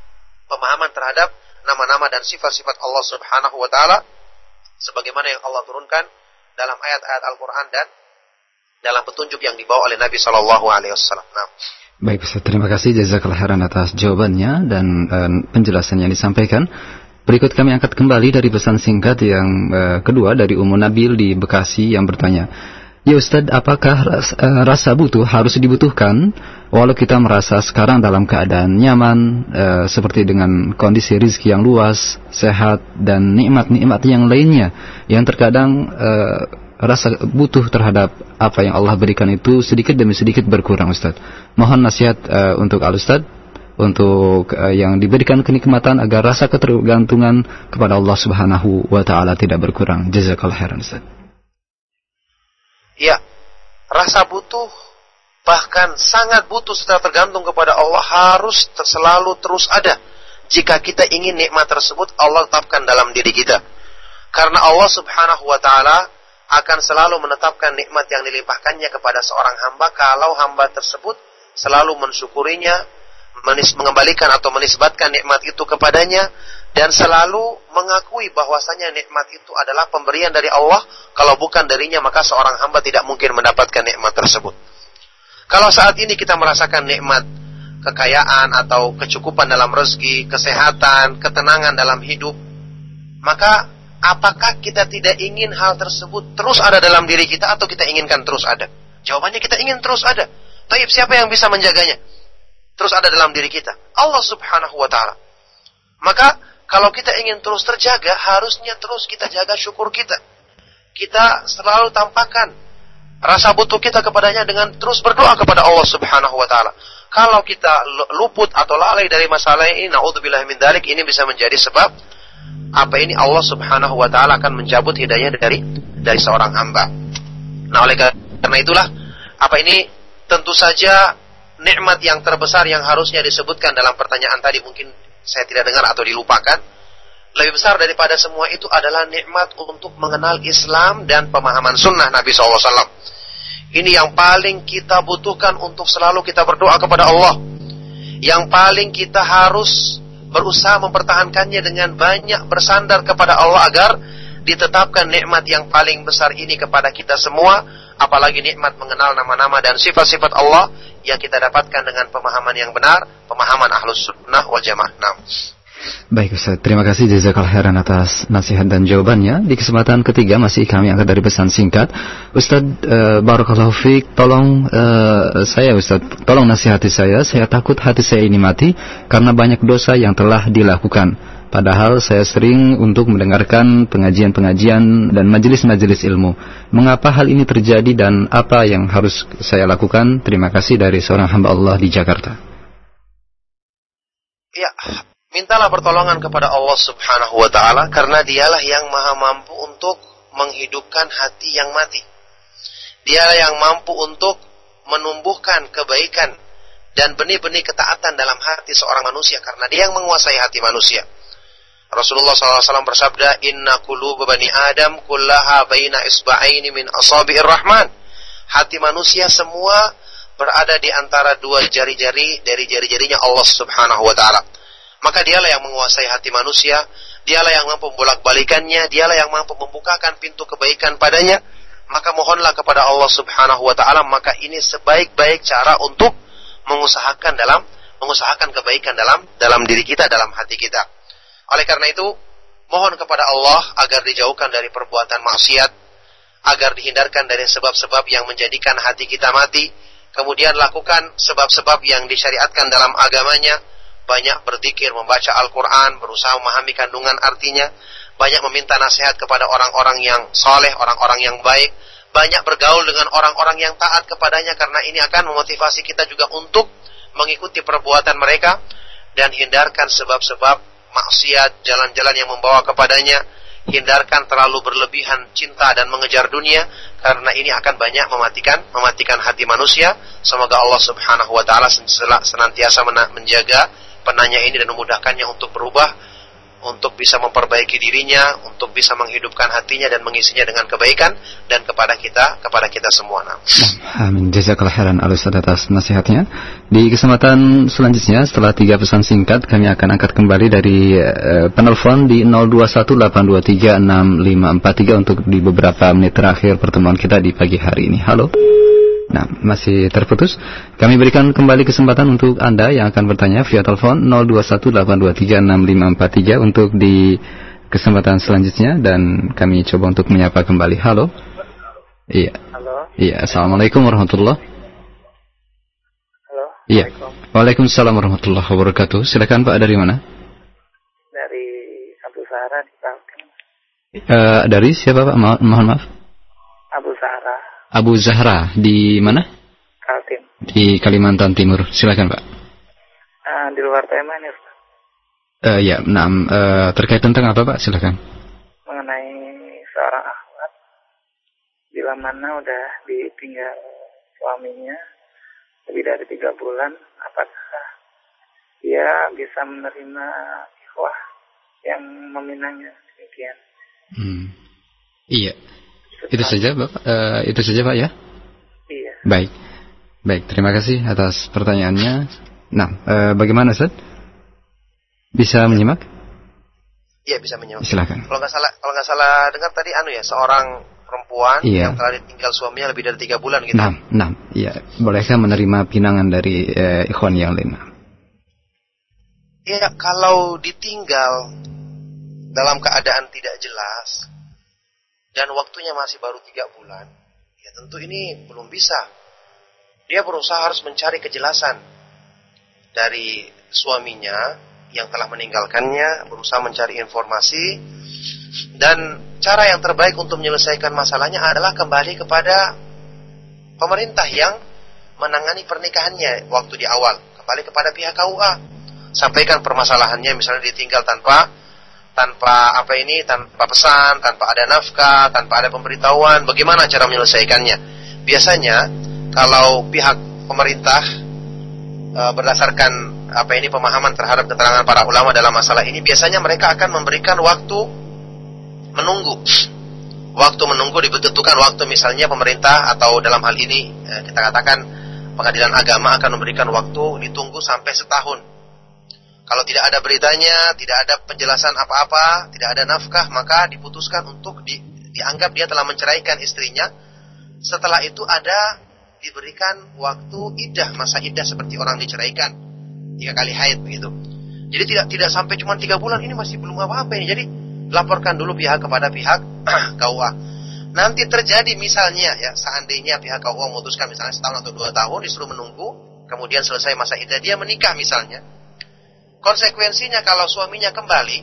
pemahaman terhadap nama-nama dan sifat-sifat Allah Subhanahu wa taala sebagaimana yang Allah turunkan dalam ayat-ayat Al-Qur'an dan dalam petunjuk yang dibawa oleh Nabi sallallahu alaihi wasallam. Nah. Baik Ustaz, terima kasih jazakallahu khairan atas jawabannya dan uh, penjelasan yang disampaikan. Berikut kami angkat kembali dari pesan singkat yang uh, kedua dari Ummu Nabil di Bekasi yang bertanya, "Ya Ustaz, apakah ras, uh, rasa butuh harus dibutuhkan walau kita merasa sekarang dalam keadaan nyaman uh, seperti dengan kondisi rizki yang luas, sehat dan nikmat-nikmat yang lainnya yang terkadang uh, rasa butuh terhadap apa yang Allah berikan itu sedikit demi sedikit berkurang Ustaz. Mohon nasihat uh, untuk Al-Ustaz untuk uh, yang diberikan kenikmatan agar rasa ketergantungan kepada Allah Subhanahu wa taala tidak berkurang. Jazakallahu khairan Ustaz." Ya, rasa butuh bahkan sangat butuh setelah tergantung kepada Allah harus ter- selalu terus ada. Jika kita ingin nikmat tersebut Allah tetapkan dalam diri kita. Karena Allah Subhanahu wa taala akan selalu menetapkan nikmat yang dilimpahkannya kepada seorang hamba kalau hamba tersebut selalu mensyukurinya, menis- mengembalikan atau menisbatkan nikmat itu kepadanya dan selalu mengakui bahwasanya nikmat itu adalah pemberian dari Allah. Kalau bukan darinya maka seorang hamba tidak mungkin mendapatkan nikmat tersebut. Kalau saat ini kita merasakan nikmat kekayaan atau kecukupan dalam rezeki, kesehatan, ketenangan dalam hidup, maka apakah kita tidak ingin hal tersebut terus ada dalam diri kita atau kita inginkan terus ada? Jawabannya kita ingin terus ada. Tapi siapa yang bisa menjaganya? Terus ada dalam diri kita. Allah Subhanahu wa taala. Maka kalau kita ingin terus terjaga, harusnya terus kita jaga syukur kita. Kita selalu tampakkan rasa butuh kita kepadanya dengan terus berdoa kepada Allah Subhanahu wa taala. Kalau kita luput atau lalai dari masalah ini, naudzubillah min dzalik, ini bisa menjadi sebab apa ini Allah Subhanahu wa taala akan mencabut hidayah dari dari seorang hamba. Nah, oleh karena itulah apa ini tentu saja nikmat yang terbesar yang harusnya disebutkan dalam pertanyaan tadi mungkin saya tidak dengar atau dilupakan. Lebih besar daripada semua itu adalah nikmat untuk mengenal Islam dan pemahaman sunnah Nabi shallallahu alaihi wasallam. Ini yang paling kita butuhkan untuk selalu kita berdoa kepada Allah. Yang paling kita harus berusaha mempertahankannya dengan banyak bersandar kepada Allah agar ditetapkan nikmat yang paling besar ini kepada kita semua, apalagi nikmat mengenal nama-nama dan sifat-sifat Allah yang kita dapatkan dengan pemahaman yang benar, pemahaman Ahlus Sunnah wal Jamaah. Nah. Baik Ustaz, terima kasih jazakallahu khairan atas nasihat dan jawabannya. Di kesempatan ketiga masih kami angkat dari pesan singkat. Ustaz, uh, barakallahu fiik, tolong uh, saya Ustaz, tolong nasihati saya. Saya takut hati saya ini mati karena banyak dosa yang telah dilakukan. Padahal saya sering untuk mendengarkan pengajian-pengajian dan majelis-majelis ilmu. Mengapa hal ini terjadi dan apa yang harus saya lakukan? Terima kasih dari seorang hamba Allah di Jakarta. Ya, mintalah pertolongan kepada Allah Subhanahu wa taala karena dialah yang maha mampu untuk menghidupkan hati yang mati. Dialah yang mampu untuk menumbuhkan kebaikan dan benih-benih ketaatan dalam hati seorang manusia karena dia yang menguasai hati manusia. Rasulullah shallallahu alaihi wasallam bersabda, "Inna quluba bani Adam kullaha baina isba'aini min asabi'ir rahman." Hati manusia semua berada di antara dua jari-jari dari jari-jarinya Allah Subhanahu wa taala. Maka dialah yang menguasai hati manusia, dialah yang mampu membolak-balikannya, dialah yang mampu membukakan pintu kebaikan padanya. Maka mohonlah kepada Allah Subhanahu wa taala, maka ini sebaik-baik cara untuk mengusahakan dalam mengusahakan kebaikan dalam dalam diri kita, dalam hati kita. Oleh karena itu, mohon kepada Allah agar dijauhkan dari perbuatan maksiat, agar dihindarkan dari sebab-sebab yang menjadikan hati kita mati. Kemudian lakukan sebab-sebab yang disyariatkan dalam agamanya. Banyak berzikir, membaca Al-Quran, berusaha memahami kandungan artinya. Banyak meminta nasihat kepada orang-orang yang soleh, orang-orang yang baik. Banyak bergaul dengan orang-orang yang taat kepadanya, karena ini akan memotivasi kita juga untuk mengikuti perbuatan mereka. Dan hindarkan sebab-sebab maksiat, jalan-jalan yang membawa kepadanya. Hindarkan terlalu berlebihan cinta dan mengejar dunia, karena ini akan banyak mematikan mematikan hati manusia. Semoga Allah Subhanahu wa taala senantiasa menjaga penanya ini dan memudahkannya untuk berubah, untuk bisa memperbaiki dirinya, untuk bisa menghidupkan hatinya dan mengisinya dengan kebaikan dan kepada kita, kepada kita semua. Nah. Amin. Jazakallahu khairan al-Ustaz atas nasihatnya. Di kesempatan selanjutnya setelah tiga pesan singkat kami akan angkat kembali dari uh, penelpon di nol dua satu delapan dua tiga enam lima empat tiga untuk di beberapa menit terakhir pertemuan kita di pagi hari ini. Halo. Nah, masih terputus. Kami berikan kembali kesempatan untuk Anda yang akan bertanya via telepon nol dua satu delapan dua tiga enam lima empat tiga untuk di kesempatan selanjutnya dan kami coba untuk menyapa kembali. Halo. Iya. Halo. Iya, Assalamualaikum warahmatullahi. Halo. Iya. Waalaikumsalam warahmatullahi wabarakatuh. Silakan Pak, dari mana? Dari Abu Zahra di Kaltim. Uh, dari siapa Pak? Mo- mohon maaf. Abu Zahra. Abu Zahra di mana? Kaltim. Di Kalimantan Timur. Silakan Pak. Uh, di luar tema nih Ustaz. Uh, ya, nah, uh, terkait tentang apa Pak? Silakan. Mengenai seorang akhwat bila mana udah ditinggal suaminya lebih dari tiga bulan, apakah dia bisa menerima ikhwah yang meminangnya demikian? Hmm. Iya. Itu saja Bapak, uh, itu saja Pak ya? Iya. Baik, baik. Terima kasih atas pertanyaannya. Nah, uh, bagaimana Ustaz? Bisa menyimak? Iya, bisa menyimak. Silakan. Kalau nggak salah, kalau nggak salah dengar tadi anu ya, seorang perempuan iya. yang telah ditinggal suaminya lebih dari tiga bulan gitu. Nah, nah, iya. Bolehkah menerima pinangan dari uh, ikhwan yang lain? Iya, kalau ditinggal dalam keadaan tidak jelas dan waktunya masih baru tiga bulan, ya tentu ini belum bisa. Dia berusaha harus mencari kejelasan dari suaminya yang telah meninggalkannya, berusaha mencari informasi, dan cara yang terbaik untuk menyelesaikan masalahnya adalah kembali kepada pemerintah yang menangani pernikahannya waktu di awal, kembali kepada pihak K U A, sampaikan permasalahannya, misalnya ditinggal tanpa tanpa apa ini, tanpa pesan, tanpa ada nafkah, tanpa ada pemberitahuan, bagaimana cara menyelesaikannya. Biasanya kalau pihak pemerintah e, berdasarkan apa ini pemahaman terhadap keterangan para ulama dalam masalah ini, biasanya mereka akan memberikan waktu menunggu. Waktu menunggu ditentukan waktu, misalnya pemerintah atau dalam hal ini e, kita katakan pengadilan agama akan memberikan waktu ditunggu sampai setahun. Kalau tidak ada beritanya, tidak ada penjelasan apa-apa, tidak ada nafkah, maka diputuskan untuk di, dianggap dia telah menceraikan istrinya. Setelah itu ada diberikan waktu iddah, masa iddah seperti orang diceraikan, tiga kali haid begitu. Jadi tidak tidak sampai cuma tiga bulan, ini masih belum apa-apa ini. Jadi laporkan dulu pihak kepada pihak K U A. Nanti terjadi misalnya ya, seandainya pihak K U A memutuskan misalnya setahun atau dua tahun disuruh menunggu, kemudian selesai masa iddah dia menikah misalnya. Konsekuensinya kalau suaminya kembali,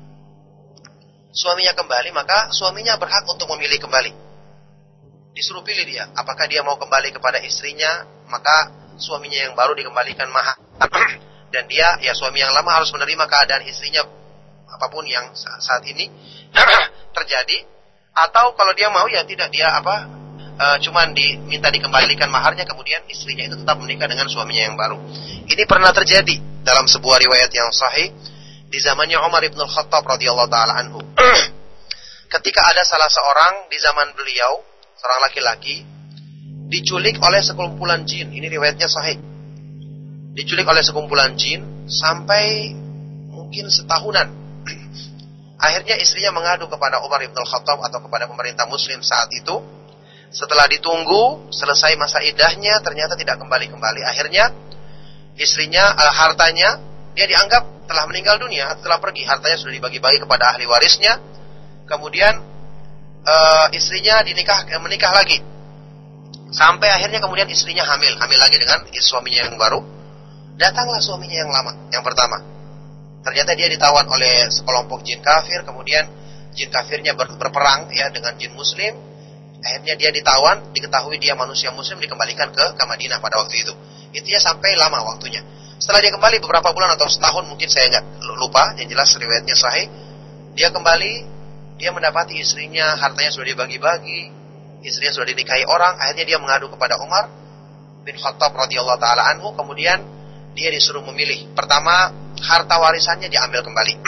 suaminya kembali, maka suaminya berhak untuk memilih kembali. Disuruh pilih dia, apakah dia mau kembali kepada istrinya, maka suaminya yang baru dikembalikan mahar. Dan dia, ya suami yang lama harus menerima keadaan istrinya, apapun yang saat ini terjadi. Atau kalau dia mau, ya tidak, dia apa, e, cuman diminta dikembalikan maharnya, kemudian istrinya itu tetap menikah dengan suaminya yang baru. Ini pernah terjadi dalam sebuah riwayat yang sahih di zamannya Umar ibn al-Khattab radhiyallahu taala anhu. Ketika ada salah seorang di zaman beliau, seorang laki-laki diculik oleh sekumpulan jin. Ini riwayatnya sahih. Diculik oleh sekumpulan jin sampai mungkin setahunan. Akhirnya istrinya mengadu kepada Umar ibn al-Khattab atau kepada pemerintah muslim saat itu. Setelah ditunggu selesai masa iddahnya, ternyata tidak kembali-kembali. Akhirnya istrinya, uh, hartanya, dia dianggap telah meninggal dunia, telah pergi, hartanya sudah dibagi-bagi kepada ahli warisnya. Kemudian uh, istrinya dinikah, menikah lagi, sampai akhirnya kemudian istrinya hamil, hamil lagi dengan suaminya yang baru. Datanglah suaminya yang lama, yang pertama. Ternyata dia ditawan oleh sekelompok jin kafir, kemudian jin kafirnya ber, berperang ya dengan jin muslim. Akhirnya dia ditawan, diketahui dia manusia muslim, dikembalikan ke, ke Madinah pada waktu itu. Intinya sampai lama waktunya. Setelah dia kembali beberapa bulan atau setahun, mungkin saya nggak lupa, yang jelas riwayatnya sahih. Dia kembali, dia mendapati istrinya hartanya sudah dibagi-bagi, istrinya sudah dinikahi orang. Akhirnya dia mengadu kepada Umar bin Khattab radhiyallahu taala anhu. Kemudian dia disuruh memilih. Pertama, harta warisannya diambil kembali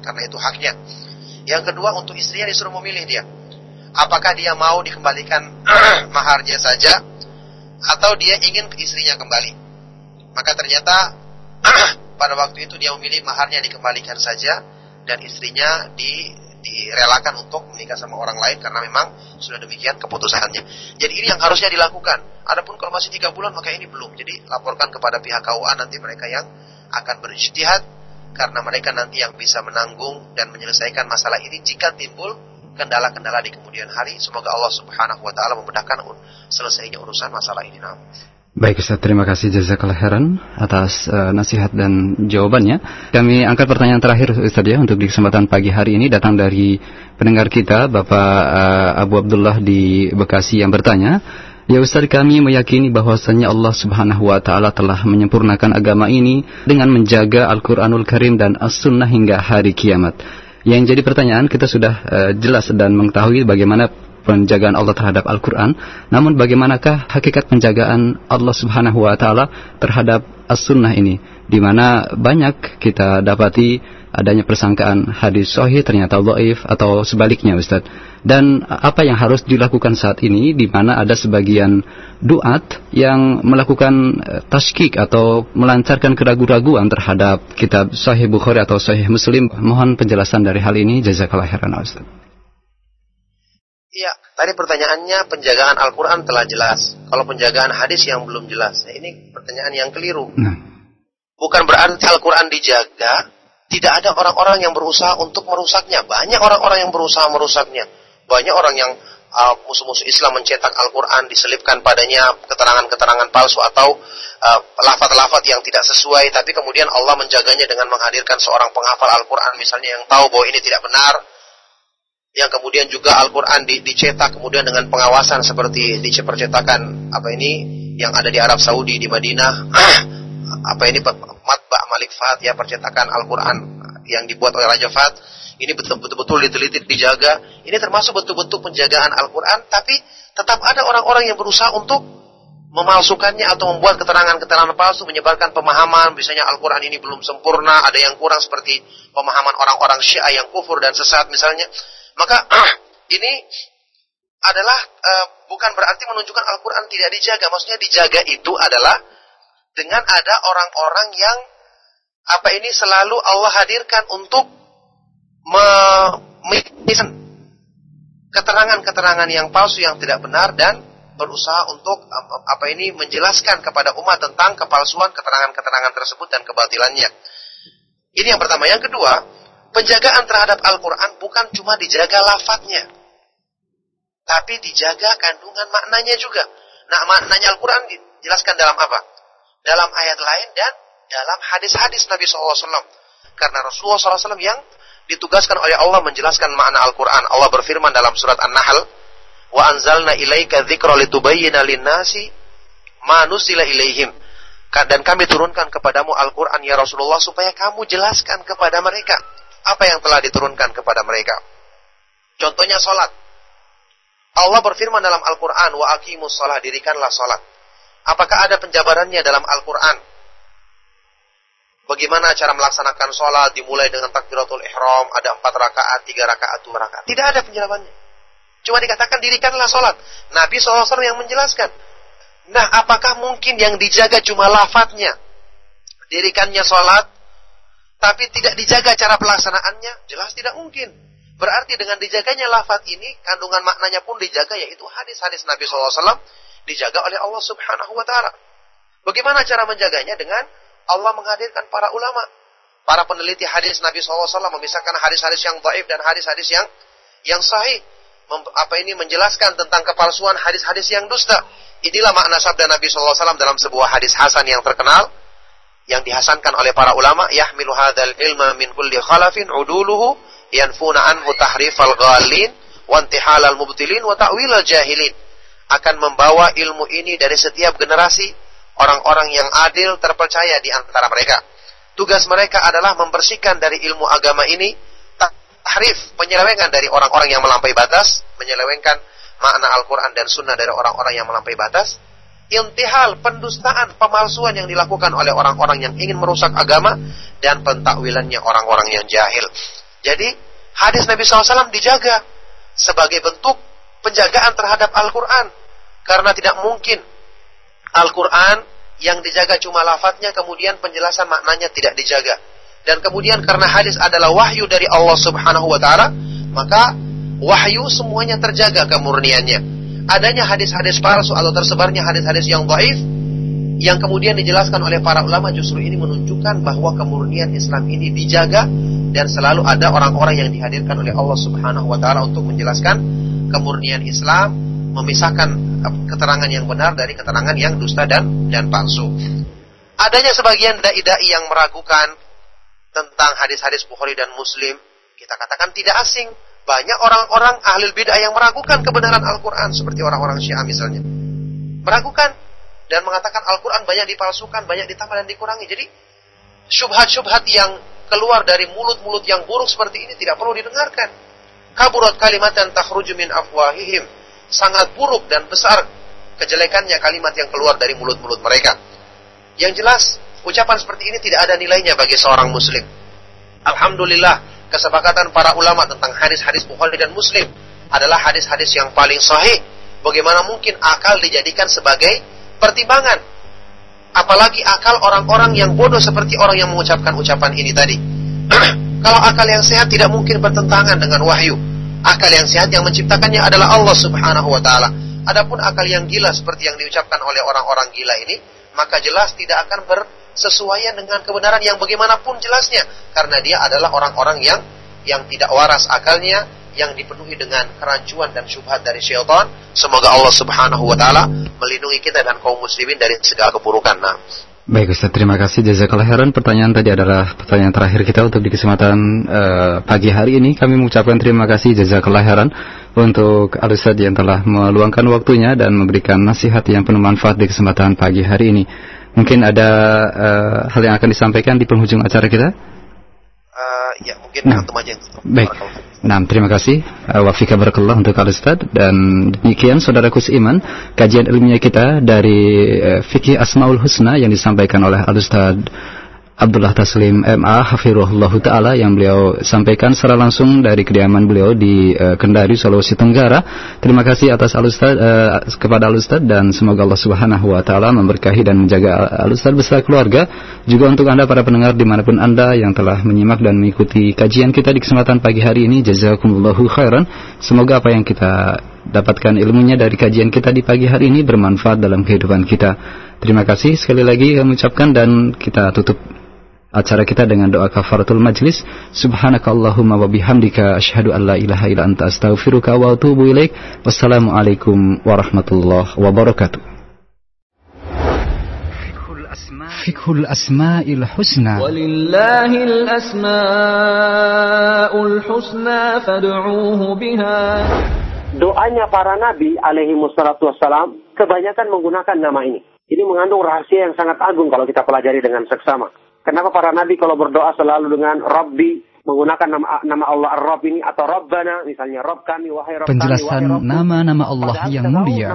karena itu haknya. Yang kedua, untuk istrinya disuruh memilih dia. Apakah dia mau dikembalikan maharnya saja atau dia ingin ke istrinya kembali. Maka ternyata pada waktu itu dia memilih maharnya dikembalikan saja dan istrinya di, direlakan untuk menikah sama orang lain karena memang sudah demikian keputusannya. Jadi ini yang harusnya dilakukan. Adapun kalau masih tiga bulan maka ini belum. Jadi laporkan kepada pihak K U A nanti mereka yang akan berijtihad karena mereka nanti yang bisa menanggung dan menyelesaikan masalah ini jika timbul kendala-kendala di kemudian hari. Semoga Allah Subhanahu wa taala memudahkan selesainya urusan masalah ini. Nah. Baik Ustaz, terima kasih jazakallahu khairan atas uh, nasihat dan jawabannya. Kami angkat pertanyaan terakhir Ustaz ya untuk di kesempatan pagi hari ini, datang dari pendengar kita Bapak uh, Abu Abdullah di Bekasi yang bertanya, ya Ustaz, kami meyakini bahwasannya Allah Subhanahu wa taala telah menyempurnakan agama ini dengan menjaga Al-Qur'anul Karim dan As-Sunnah hingga hari kiamat. Yang jadi pertanyaan, kita sudah uh, jelas dan mengetahui bagaimana penjagaan Allah terhadap Al-Quran. Namun bagaimanakah hakikat penjagaan Allah Subhanahu wa taala terhadap As-Sunnah ini, di mana banyak kita dapati adanya persangkaan hadis sahih ternyata dhaif atau sebaliknya Ustaz. Dan apa yang harus dilakukan saat ini, di mana ada sebagian duat yang melakukan tashkik atau melancarkan keraguan-raguan terhadap kitab Sahih Bukhari atau Sahih Muslim. Mohon penjelasan dari hal ini, jazakallahu khairan Ustaz. Iya, tadi pertanyaannya penjagaan Al-Quran telah jelas. Kalau penjagaan hadis yang belum jelas, nah ini pertanyaan yang keliru. Nah. Bukan berarti Al-Quran dijaga, tidak ada orang-orang yang berusaha untuk merusaknya. Banyak orang-orang yang berusaha merusaknya. Banyak orang yang uh, musuh-musuh Islam mencetak Al-Quran, diselipkan padanya keterangan-keterangan palsu atau uh, lafaz-lafaz yang tidak sesuai. Tapi kemudian Allah menjaganya dengan menghadirkan seorang penghafal Al-Quran misalnya yang tahu bahwa ini tidak benar. Yang kemudian juga Al-Quran di, dicetak kemudian dengan pengawasan seperti di percetakan apa ini yang ada di Arab Saudi di Madinah. Apa ini Matba' Malik Fahd ya, percetakan Al-Quran yang dibuat oleh Raja Fahd. Ini betul-betul diteliti, dijaga. Ini termasuk bentuk-bentuk penjagaan Al-Quran, tapi tetap ada orang-orang yang berusaha untuk memalsukannya atau membuat keterangan-keterangan palsu, menyebarkan pemahaman, misalnya Al-Quran ini belum sempurna, ada yang kurang seperti pemahaman orang-orang Syiah yang kufur dan sesat misalnya. Maka ini adalah uh, bukan berarti menunjukkan Al-Quran tidak dijaga. Maksudnya dijaga itu adalah dengan ada orang-orang yang apa ini selalu Allah hadirkan untuk memisahkan keterangan-keterangan yang palsu yang tidak benar dan berusaha untuk apa ini menjelaskan kepada umat tentang kepalsuan keterangan-keterangan tersebut dan kebatilannya. Ini yang pertama. Yang kedua, penjagaan terhadap Al-Quran bukan cuma dijaga lafadznya, tapi dijaga kandungan maknanya juga. Nah, maknanya Al-Quran dijelaskan dalam apa? Dalam ayat lain dan dalam hadis-hadis Nabi shallallahu alaihi wasallam. Karena Rasulullah shallallahu alaihi wasallam yang ditugaskan oleh Allah menjelaskan makna Al-Quran. Allah berfirman dalam surat An-Nahl, wa anzalna ilaika dzikra litubayyana lin-nasi ma nuzila ilaihim. Dan kami turunkan kepadamu Al-Quran ya Rasulullah supaya kamu jelaskan kepada mereka apa yang telah diturunkan kepada mereka. Contohnya salat. Allah berfirman dalam Al-Quran, wa aqimus shalah, dirikanlah salat. Apakah ada penjabarannya dalam Al-Quran? Bagaimana cara melaksanakan salat, dimulai dengan takbiratul ihram, ada empat rakaat, tiga rakaat, dua rakaat. Tidak ada penjelasannya. Cuma dikatakan dirikanlah salat. Nabi shallallahu alaihi wasallam yang menjelaskan. Nah, apakah mungkin yang dijaga cuma lafadznya? Dirikannya salat, tapi tidak dijaga cara pelaksanaannya? Jelas tidak mungkin. Berarti dengan dijaganya lafadz ini, kandungan maknanya pun dijaga, yaitu hadis-hadis Nabi shallallahu alaihi wasallam dijaga oleh Allah Subhanahu wa ta'ala. Bagaimana cara menjaganya? Dengan Allah menghadirkan para ulama, para peneliti hadis Nabi shallallahu alaihi wasallam, memisahkan hadis-hadis yang dhaif dan hadis-hadis yang yang sahih. Mem, apa ini menjelaskan tentang kepalsuan hadis-hadis yang dusta. Inilah makna sabda Nabi shallallahu alaihi wasallam dalam sebuah hadis hasan yang terkenal, yang dihasankan oleh para ulama, yahmilu hadzal ilma min kulli khalafin uduluhu yanfuna anhu tahrifal ghalin wa intihalal mubtilin wa ta'wilal jahilin. Akan membawa ilmu ini dari setiap generasi orang-orang yang adil terpercaya di antara mereka. Tugas mereka adalah membersihkan dari ilmu agama ini tahrif, penyelewengan dari orang-orang yang melampaui batas, menyelewengkan makna Al-Quran dan Sunnah dari orang-orang yang melampaui batas. Intihal, pendustaan, pemalsuan yang dilakukan oleh orang-orang yang ingin merusak agama, dan pentakwilannya orang-orang yang jahil. Jadi hadis Nabi shallallahu alaihi wasallam dijaga sebagai bentuk penjagaan terhadap Al-Quran. Karena tidak mungkin Al-Quran yang dijaga cuma lafadznya, kemudian penjelasan maknanya tidak dijaga. Dan kemudian karena hadis adalah wahyu dari Allah Subhanahu wa Ta'ala, maka wahyu semuanya terjaga kemurniannya. Adanya hadis-hadis palsu atau tersebarnya hadis-hadis yang dhaif yang kemudian dijelaskan oleh para ulama, justru ini menunjukkan bahwa kemurnian Islam ini dijaga dan selalu ada orang-orang yang dihadirkan oleh Allah Subhanahu wa Ta'ala untuk menjelaskan kemurnian Islam, memisahkan keterangan yang benar dari keterangan yang dusta dan dan palsu. Adanya sebagian dai-dai yang meragukan tentang hadis-hadis Bukhari dan Muslim, kita katakan tidak asing. Banyak orang-orang ahli bid'ah yang meragukan kebenaran Al-Quran, seperti orang-orang Syiah misalnya. Meragukan dan mengatakan Al-Quran banyak dipalsukan, banyak ditambah dan dikurangi. Jadi syubhat-syubhat yang keluar dari mulut-mulut yang buruk seperti ini tidak perlu didengarkan. Kaburat kalimatan takhruju min afwahihim. Sangat buruk dan besar kejelekannya kalimat yang keluar dari mulut-mulut mereka. Yang jelas, ucapan seperti ini tidak ada nilainya bagi seorang muslim. Alhamdulillah, kesepakatan para ulama tentang hadis-hadis Bukhari dan Muslim adalah hadis-hadis yang paling sahih. Bagaimana mungkin akal dijadikan sebagai pertimbangan? Apalagi akal orang-orang yang bodoh seperti orang yang mengucapkan ucapan ini tadi. Kalau akal yang sehat tidak mungkin bertentangan dengan wahyu. Akal yang sehat yang menciptakannya adalah Allah Subhanahu wa Ta'ala. Adapun akal yang gila seperti yang diucapkan oleh orang-orang gila ini, maka jelas tidak akan bersesuaian dengan kebenaran yang bagaimanapun jelasnya, karena dia adalah orang-orang yang yang tidak waras akalnya, yang dipenuhi dengan kerancuan dan syubhat dari syaitan. Semoga Allah Subhanahu wa Ta'ala melindungi kita dan kaum muslimin dari segala keburukan. Nah. Baik Ustaz, terima kasih, jazakallah khairan. Pertanyaan tadi adalah pertanyaan terakhir kita untuk di kesempatan uh, pagi hari ini. Kami mengucapkan terima kasih, jazakallah khairan, untuk Al-Ustaz yang telah meluangkan waktunya dan memberikan nasihat yang penuh manfaat di kesempatan pagi hari ini. Mungkin ada uh, hal yang akan disampaikan di penghujung acara kita? Uh, ya, mungkin nah, antum aja yang tutup. Baik. Nah, terima kasih uh, wa fika barakallah untuk Al-Ustaz. Dan demikian saudaraku seiman, kajian ilmiah kita dari uh, Fikih Asmaul Husna yang disampaikan oleh Al-Ustaz Abdullah Taslim M A Hafirullah Ta'ala, yang beliau sampaikan secara langsung dari kediaman beliau di uh, Kendari, Sulawesi Tenggara. Terima kasih atas Al-Ustaz, uh, kepada Al-Ustaz, dan semoga Allah Subhanahu wa Ta'ala memberkahi dan menjaga Al-Ustaz beserta keluarga. Juga untuk Anda para pendengar dimanapun Anda yang telah menyimak dan mengikuti kajian kita di kesempatan pagi hari ini, jazakumullahu khairan. Semoga apa yang kita dapatkan ilmunya dari kajian kita di pagi hari ini bermanfaat dalam kehidupan kita. Terima kasih sekali lagi kami ucapkan, dan kita tutup acara kita dengan doa kafaratul majlis. Subhanakallahumma wa bihamdika asyhadu an la ilaha illa anta astaghfiruka wa atubu ilaik. Wassalamualaikum warahmatullahi wabarakatuh. Fiqhul Asma'il Husna. Walillahil asma'ul husna fad'uuhu biha. Doanya para nabi alaihi wassalatu wassalam kebanyakan menggunakan nama ini. Ini mengandung rahasia yang sangat agung kalau kita pelajari dengan seksama. Kenapa para nabi kalau berdoa selalu dengan Rabbi, menggunakan nama nama Allah Ar-Rabb ini, atau Rabbana, misalnya Rabb kami, wahai Rabb kami. Penjelasan nama-nama Allah yang mulia.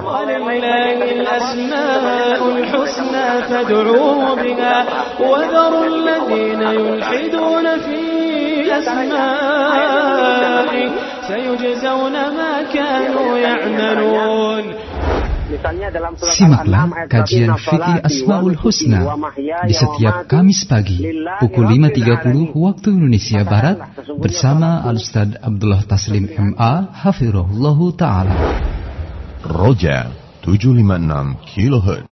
Simaklah kajian Fikih Asmaul Husna di setiap Kamis pagi pukul lima tiga puluh waktu Indonesia Barat bersama Al-Ustaz Abdullah Taslim M A Hafirullah Ta'ala. Roja tujuh lima enam kilohertz.